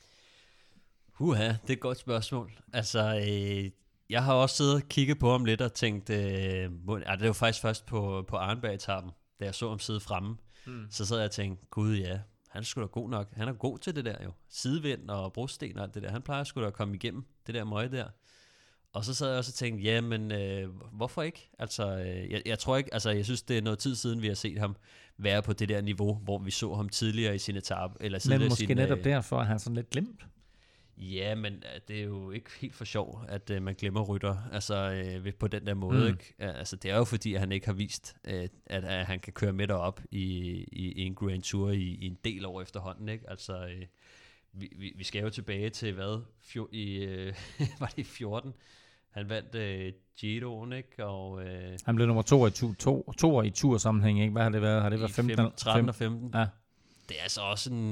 Det er et godt spørgsmål. Altså, jeg har også siddet og kigget på ham lidt og tænkt, det var faktisk først på Arnberg-etappen, da jeg så ham sidde fremme. Så sad jeg og tænkte, gud ja, han er sgu da god nok. Han er god til det der jo. Sidevind og brosten og alt det der. Han plejer sgu da at komme igennem det der møg der. Og så sad jeg også og tænkte, ja, men hvorfor ikke? Altså, jeg tror ikke, altså jeg synes, det er noget tid siden, vi har set ham være på det der niveau, hvor vi så ham tidligere i sin etape. Men måske netop derfor er han sådan lidt glemt. Ja, men det er jo ikke helt for sjov, at man glemmer rytter, altså på den der måde, ikke? Altså det er jo fordi, at han ikke har vist, at han kan køre med derop i en Grand Tour i en del år efterhånden, ikke? Altså vi skal jo tilbage til hvad? Var det i 14? Han vandt Giroen, ikke? Og han blev nummer 2 i tursammenhæng, ikke? Hvad har det været? Har det været 15? 13 og 15. Ja. Det er altså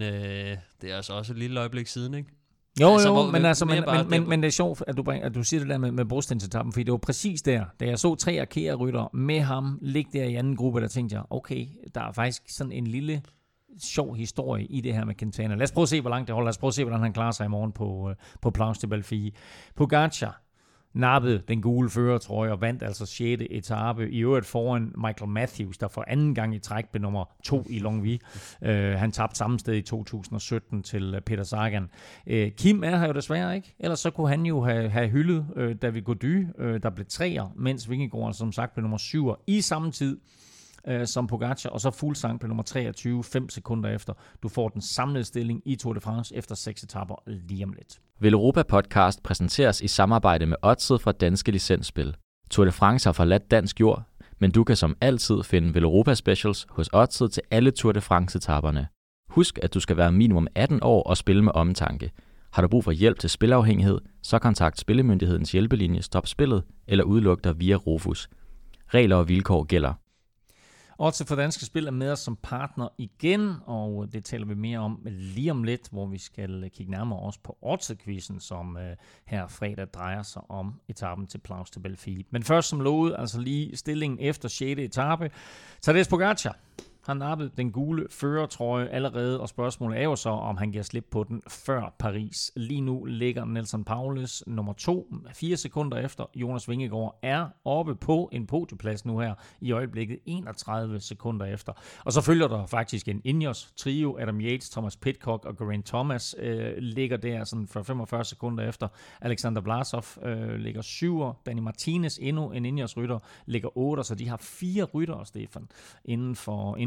også et lille øjeblik siden, ikke? Jo, men det er sjovt, at du siger det der med brostensetappen, fordi det var præcis der, da jeg så 3 Arkea-rytter med ham ligge der i anden gruppe, der tænkte jeg, okay, der er faktisk sådan en lille sjov historie i det her med Quintana. Lad os prøve at se, hvor langt det holder. Lad os prøve at se, hvordan han klarer sig i morgen på Planche de Belfi. Pogačar nappede den gule førertrøje og vandt altså 6. etape, i øvrigt foran Michael Matthews, der for anden gang i træk blev nummer 2 i Longwy. Han tabte samme sted i 2017 til Peter Sagan. Kim er her jo desværre ikke, ellers så kunne han jo have hyldet David Gaudu, der blev 3'er, mens Vingegaard som sagt blev nummer 7'er i samme tid som Pogačar, og så Fuglsang på nummer 23, 5 sekunder efter. Du får den samlede stilling i Tour de France efter 6 etaper lige om lidt. Velropa Podcast præsenteres i samarbejde med Odset fra Danske Licensspil. Tour de France har forladt dansk jord, men du kan som altid finde Velropa Specials hos Odset til alle Tour de France-etaperne. Husk, at du skal være minimum 18 år og spille med omtanke. Har du brug for hjælp til spilafhængighed, så kontakt Spillemyndighedens hjælpelinje Stop Spillet eller udluk dig via Rofus. Regler og vilkår gælder. Odset for Danske Spil er med os som partner igen, og det taler vi mere om lige om lidt, hvor vi skal kigge nærmere også på Odset-quizzen, som her fredag drejer sig om etappen til Planche de Belfi. Men først som lovet, altså lige stillingen efter 6. etape. Tadej Pogačar, han nappede den gule førertrøje allerede, og spørgsmålet er jo så, om han giver slip på den før Paris. Lige nu ligger Nelson Paulus nummer 2, 4 sekunder efter. Jonas Vingegaard er oppe på en podieplads nu her i øjeblikket, 31 sekunder efter. Og så følger der faktisk en Ineos trio, Adam Yates, Thomas Pidcock og Geraint Thomas ligger der sådan for 45 sekunder efter. Alexander Vlasov ligger 7'er, Danny Martinez, endnu en Ineos rytter, ligger 8'er, så de har 4 ryttere, Stefan, inden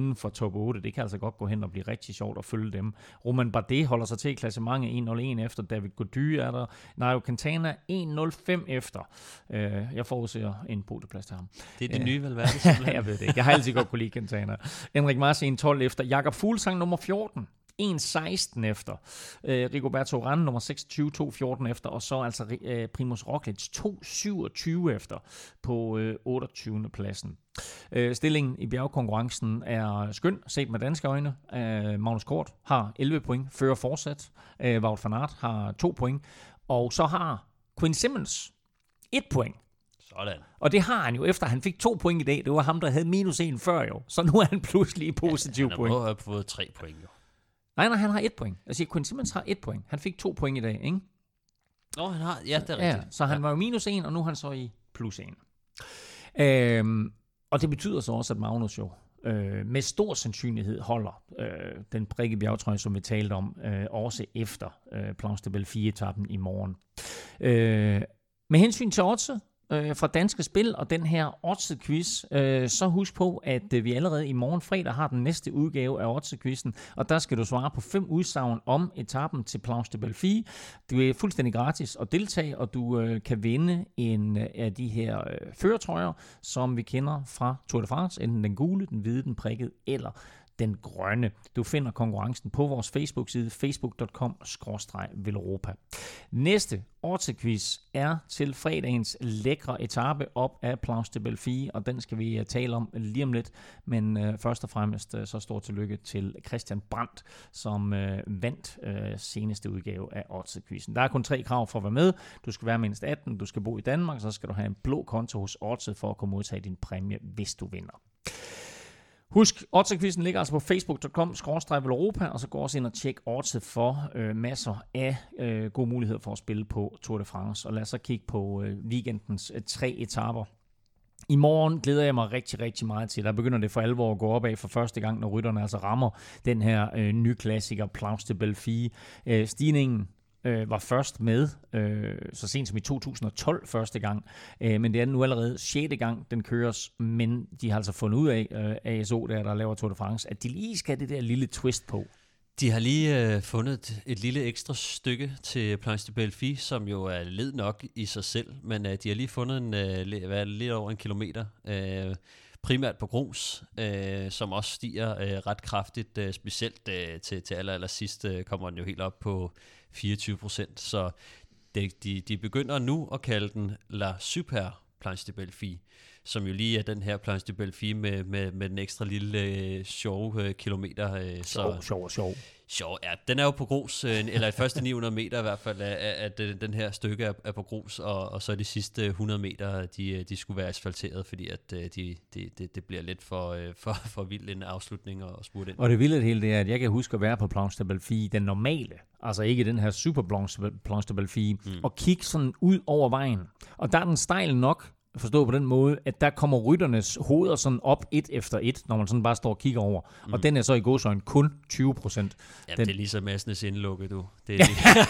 inden for top 8. Det kan altså godt gå hen og blive rigtig sjovt at følge dem. Romain Bardet holder sig til i klassementet 1.01 efter. David Gody er der. Nairo Quintana 1.05 efter. Jeg forudser en podieplads til ham. Det er det nye Valverde, simpelthen. Jeg ved det ikke. Jeg har altid godt kunne lide Quintana. Enric Mas 1.12 efter. Jakob Fuglsang nummer 14. 1.16 efter. Rigoberto Urán nummer 26, 2.14 efter. Og så altså Primož Roglič 2.27 efter på 28. pladsen. Stillingen i bjergkonkurrencen er skøn, set med danske øjne. Magnus Kort har 11 point, fører fortsat. Wout van Aert har 2 point. Og så har Quinn Simmons 1 point. Sådan. Og det har han jo, efter han fik 2 point i dag. Det var ham, der havde -1 før jo. Så nu er han pludselig i positiv point. Han har fået 3 point jo. Nej, han har 1 point. Jeg siger, Quinn Simmons har 1 point. Han fik 2 point i dag, ikke? Han har, ja, det er rigtigt. Ja, så han var jo -1, og nu er han så i +1. Og det betyder så også, at Magnus jo med stor sandsynlighed holder den prikke bjergtrøje, som vi talte om, også efter Planche de Belfi-etappen i morgen. Med hensyn til oddset fra Danske Spil og den her Odds-quiz, så husk på, at vi allerede i morgen fredag har den næste udgave af Odds-quizzen, og der skal du svare på 5 udsagn om etappen til Planche de Belfi. Det er fuldstændig gratis at deltage, og du kan vinde en af de her førertrøjer, som vi kender fra Tour de France, enten den gule, den hvide, den prikkede eller den grønne. Du finder konkurrencen på vores Facebook-side, facebook.com/Velropa. Næste Odds-quiz er til fredagens lækre etape op af Planche de Belfi, og den skal vi tale om lige om lidt. Men først og fremmest så stor tillykke til Christian Brandt, som vandt seneste udgave af Odds-quizzen. Der er kun 3 krav for at være med. Du skal være mindst 18, du skal bo i Danmark, så skal du have en blå konto hos Odds for at kunne modtage din præmie, hvis du vinder. Husk, Odds-quizzen ligger altså på facebook.com/Velropa, og så gå også ind og tjek oddset for masser af gode muligheder for at spille på Tour de France. Og lad os så kigge på weekendens 3 etaper. I morgen glæder jeg mig rigtig, rigtig meget til. Der begynder det for alvor at gå opad for første gang, når rytterne altså rammer den her nye klassiker, Planche de Belfi. Stigningen var først med, så sent som i 2012 første gang, men det er nu allerede 6. gang, den køres, men de har altså fundet ud af, ASO, der laver Tour de France, at de lige skal have det der lille twist på. De har lige fundet et lille ekstra stykke til Planche de Belfi, som jo er led nok i sig selv, men de har lige fundet lidt over 1 kilometer, primært på grus, som også stiger ret kraftigt, specielt til allersidst kommer den jo helt op på 24%, så de begynder nu at kalde den La Super Planche de Belfi, som jo lige er den her Planche de Belfi med den ekstra lille sjove kilometer. Sjov, ja. Den er jo på grus, eller i første 900 meter i hvert fald, at den her stykke er på grus, og så de sidste 100 meter, de skulle være asfalteret, fordi at det bliver lidt for vild en afslutning og spurgt ind. Og det vilde det hele, det er, at jeg kan huske at være på Planche de Belfi, den normale, altså ikke den her super Planche de Belfi, og kigge sådan ud over vejen. Og der er den stejl nok, forstå på den måde, at der kommer rytternes hoveder sådan op et efter et, når man sådan bare står og kigger over. Og den er så i gåseøjne kun 20%. Jamen, det er ligesom Massenes indlukke, du. Det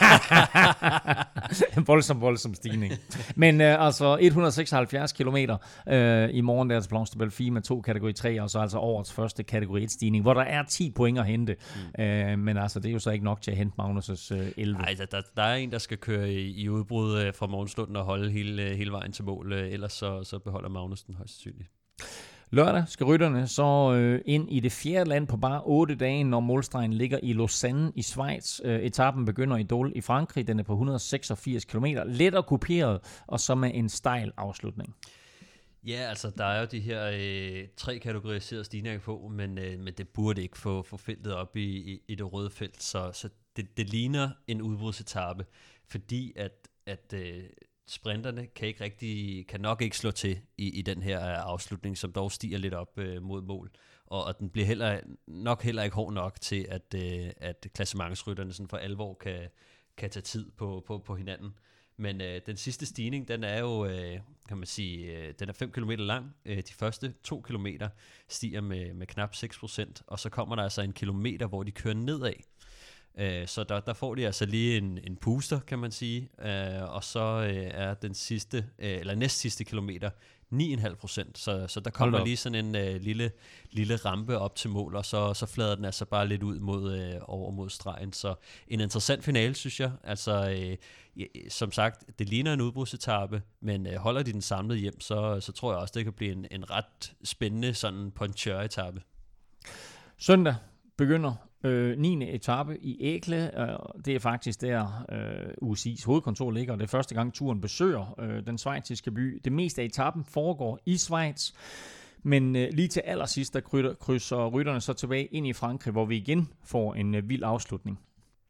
er en voldsom stigning. Men altså 176 kilometer i morgen der til Planche de Belfi med 2 kategori 3, og så altså årets første kategori 1 stigning, hvor der er 10 point at hente. Men altså, det er jo så ikke nok til at hente Magnus' 11. Nej, der er en, der skal køre i udbrud fra morgenstunden og holde hele vejen til mål, ellers så beholder Magnus den højst sandsynligt. Lørdag skal rytterne så ind i det 4. land på bare 8 dage, når målstregen ligger i Lausanne i Schweiz. Etappen begynder i Dole i Frankrig. Den er på 186 km. Let og kuperet, og så med en stejl afslutning. Ja, altså der er jo de her 3 kategoriserede stigninger på, men det burde ikke få feltet op i det røde felt. Så det ligner en udbrudsetape, fordi at sprinterne kan nok ikke slå til i den her afslutning, som dog stiger lidt op mod mål. Og den bliver heller ikke hård nok til, at klassementsrytterne sådan for alvor kan tage tid på hinanden. Men den sidste stigning, den er jo, kan man sige, den er 5 km lang. De første 2 kilometer stiger med knap 6%, og så kommer der altså 1 kilometer, hvor de kører nedad. Så der får de altså lige en puster, kan man sige, og så er den sidste, eller næst sidste kilometer, 9,5%. Så der kommer lige sådan en lille rampe op til mål, og så flader den altså bare lidt ud over mod stregen. Så en interessant finale, synes jeg. Altså, som sagt, det ligner en udbrudsetape, men holder de den samlet hjem, så tror jeg også, det kan blive en ret spændende sådan puncheur-etape. Søndag begynder 9. etape i Ægle. Det er faktisk der UCI's hovedkontor ligger, og det er første gang turen besøger den schweiziske by. Det meste af etappen foregår i Schweiz, men lige til allersidst, der krydser rytterne så tilbage ind i Frankrig, hvor vi igen får en vild afslutning.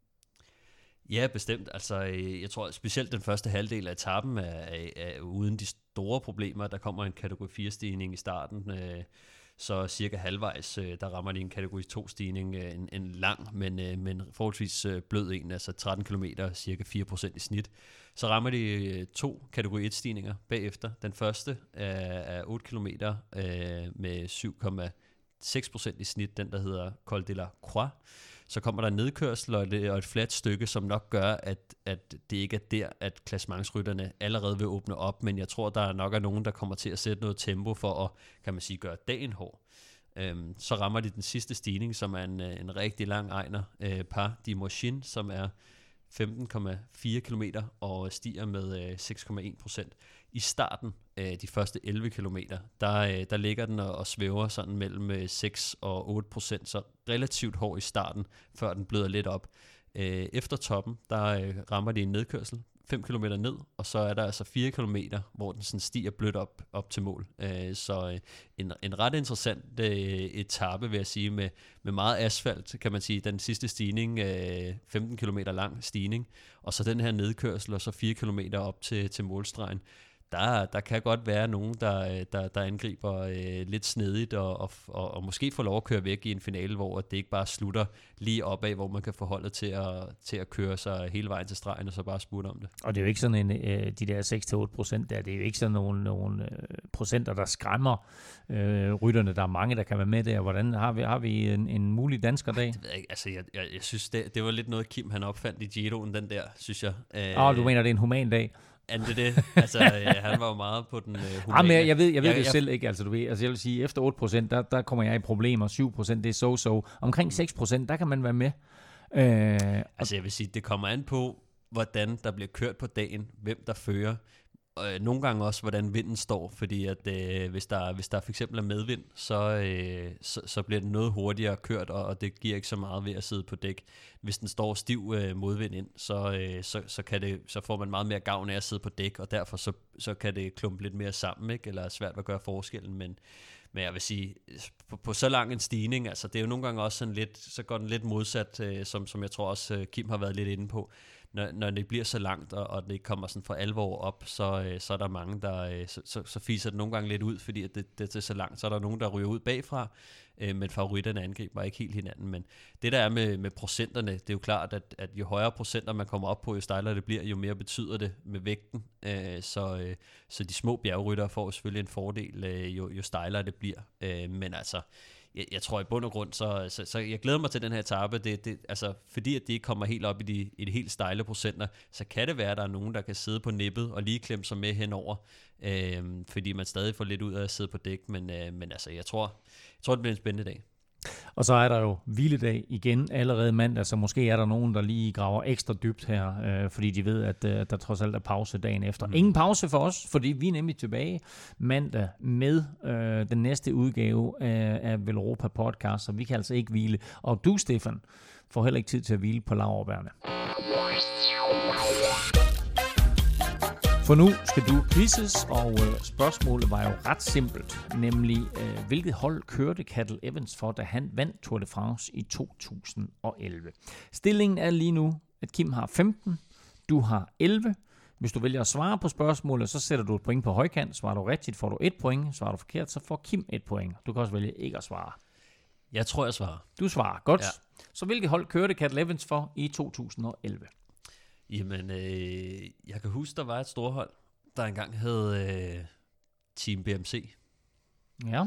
Ja, bestemt. Altså, jeg tror specielt den første halvdel af etappen er uden de store problemer. Der kommer en kategori 4-stigning i starten, så cirka halvvejs, der rammer de en kategori 2-stigning, en lang, men forholdsvis blød en, altså 13 km, cirka 4% i snit. Så rammer de 2 kategori 1-stigninger bagefter. Den første er 8 km med 7,6% i snit, den der hedder Col de la Croix. Så kommer der en nedkørsel og et fladt stykke, som nok gør, at det ikke er der, at klassementsrytterne allerede vil åbne op, men jeg tror, der nok er nogen, der kommer til at sætte noget tempo for at, kan man sige, gøre dagen hård. Så rammer de den sidste stigning, som er en rigtig lang ejner, Pas de Morchin, som er 15,4 km og stiger med 6,1%. I starten af de første 11 km, der ligger den og svæver sådan mellem 6 og 8%, så relativt hård i starten, før den bløder lidt op. Efter toppen, der rammer de en nedkørsel, 5 km ned, og så er der altså 4 km, hvor den sådan stiger blødt op til mål. Så en ret interessant etape, vil jeg sige, med meget asfalt, kan man sige. Den sidste stigning, 15 km lang stigning, og så den her nedkørsel, og så 4 km op til målstregen. Der kan godt være nogen, der angriber lidt snedigt og måske får lov at køre væk i en finale, hvor det ikke bare slutter lige opad, hvor man kan få holdet til at køre sig hele vejen til stregen og så bare spurte om det. Og det er jo ikke sådan de der 6-8% der, det er jo ikke sådan nogle procenter, der skræmmer rytterne. Der er mange, der kan være med der. Hvordan har vi en mulig danskerdag? Det ved jeg ikke. Altså, jeg synes, det var lidt noget, Kim han opfandt i Giroen, den der, synes jeg. Du mener, det er en human dag? Det. Altså, han var jo meget på den humane. Jeg ved det selv ikke. Altså, du ved, altså, jeg vil sige, efter 8%, der kommer jeg i problemer. 7%, det er so-so. Omkring 6%, der kan man være med. Altså, jeg vil sige, det kommer an på, hvordan der bliver kørt på dagen, hvem der fører. Nogle gange også, hvordan vinden står, fordi at hvis der for eksempel er medvind, så bliver det noget hurtigere kørt, og det giver ikke så meget ved at sidde på dæk. Hvis den står stiv modvind ind, så får man meget mere gavn af at sidde på dæk, og derfor så kan det klumpe lidt mere sammen, ikke? Eller er svært at gøre forskellen, men jeg vil sige, på så lang en stigning, altså det er jo nogle gange også sådan lidt, så går den lidt modsat, som jeg tror også Kim har været lidt inde på. Når det bliver så langt, og det ikke kommer sådan for alvor op, så er der mange, der så fiser det nogle gange lidt ud, fordi at det er så langt. Så er der nogen, der ryger ud bagfra, men favoritterne angriber ikke helt hinanden. Men det der er med procenterne, det er jo klart, at jo højere procenter man kommer op på, jo stejlere det bliver, jo mere betyder det med vægten. Så de små bjergryttere får selvfølgelig en fordel, jo stejlere det bliver. Men altså, jeg tror i bund og grund, så jeg glæder mig til den her etape, altså, fordi at de ikke kommer helt op i de helt stejle procenter, så kan det være, at der er nogen, der kan sidde på nippet og lige klemme sig med henover, fordi man stadig får lidt ud af at sidde på dæk, men altså, jeg tror, det bliver en spændende dag. Og så er der jo hviledag igen allerede mandag, så måske er der nogen, der lige graver ekstra dybt her, fordi de ved, at der trods alt er pause dagen efter. Ingen pause for os, fordi vi er nemlig tilbage mandag med den næste udgave af Velropa Podcast, så vi kan altså ikke hvile. Og du, Stefan, får heller ikke tid til at hvile på laurbærrene. For nu skal du quizzes, og spørgsmålet var jo ret simpelt, nemlig hvilket hold kørte Cadel Evans for, da han vandt Tour de France i 2011. Stillingen er lige nu, at Kim har 15, du har 11. Hvis du vælger at svare på spørgsmålet, så sætter du et point på højkant. Svarer du rigtigt, får du 1 point. Svarer du forkert, så får Kim 1 point. Du kan også vælge ikke at svare. Jeg tror, jeg svarer. Du svarer. Godt. Ja. Så hvilket hold kørte Cadel Evans for i 2011? Jamen, jeg kan huske, der var et storhold, der engang hed Team BMC. Ja.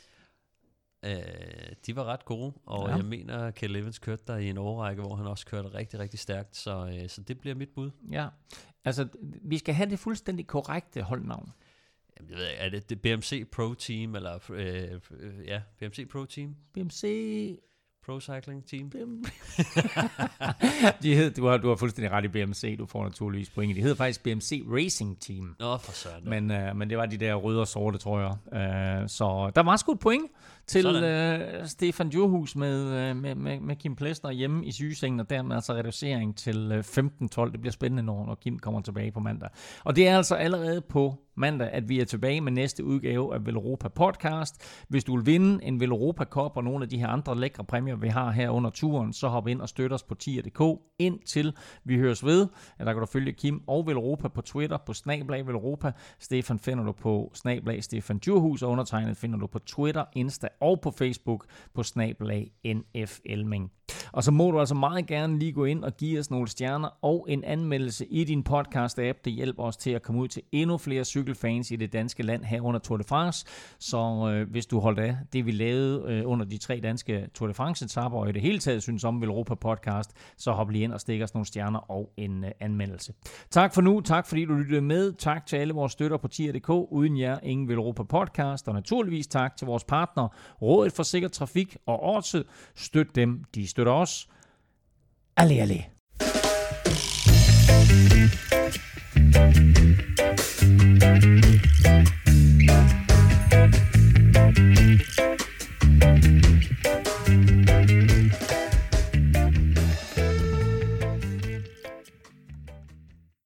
De var ret gode, og jeg mener, at Cadel Evans kørte der i en årrække, hvor han også kørte rigtig, rigtig stærkt, så det bliver mit bud. Ja, altså vi skal have det fuldstændig korrekte holdnavn. Jeg ved ikke, er det BMC Pro Team, eller BMC Pro Team? BMC... Pro Cycling Team? Du har fuldstændig ret i BMC, du får naturligvis point. De hedder faktisk BMC Racing Team. Nå, for søren. Men det var de der røde og sorte, tror jeg. Så der var sgu et point til Stefan Djurhus med Kim Plesner hjemme i sygesengen, og dermed altså reducering til 15-12. Det bliver spændende, når Kim kommer tilbage på mandag. Og det er altså allerede på mandag, at vi er tilbage med næste udgave af Veloropa Podcast. Hvis du vil vinde en Veloropa Cup og nogle af de her andre lækre præmier, vi har her under turen, så hop ind og støt os på tier.dk. Indtil vi høres ved, der kan du følge Kim og Veloropa på Twitter på @Veloropa. Stefan finder du på @Stefan Djurhus, og undertegnet finder du på Twitter, Insta og på Facebook på @NFElming. Og så må du altså meget gerne lige gå ind og give os nogle stjerner og en anmeldelse i din podcast-app. Det hjælper os til at komme ud til endnu flere cykelfans i det danske land her under Tour de France. Så hvis du holdt af det, vi lavede under de 3 danske Tour de France-etaper, og i det hele taget synes om Veloropa Podcast, så hop lige ind og stik os nogle stjerner og en anmeldelse. Tak for nu. Tak fordi du lyttede med. Tak til alle vores støtter på tier.dk. Uden jer, ingen Veloropa Podcast. Og naturligvis tak til vores partner, Rådet for Sikker Trafik og Årse. Støt dem, de støtter os. Allez, allez.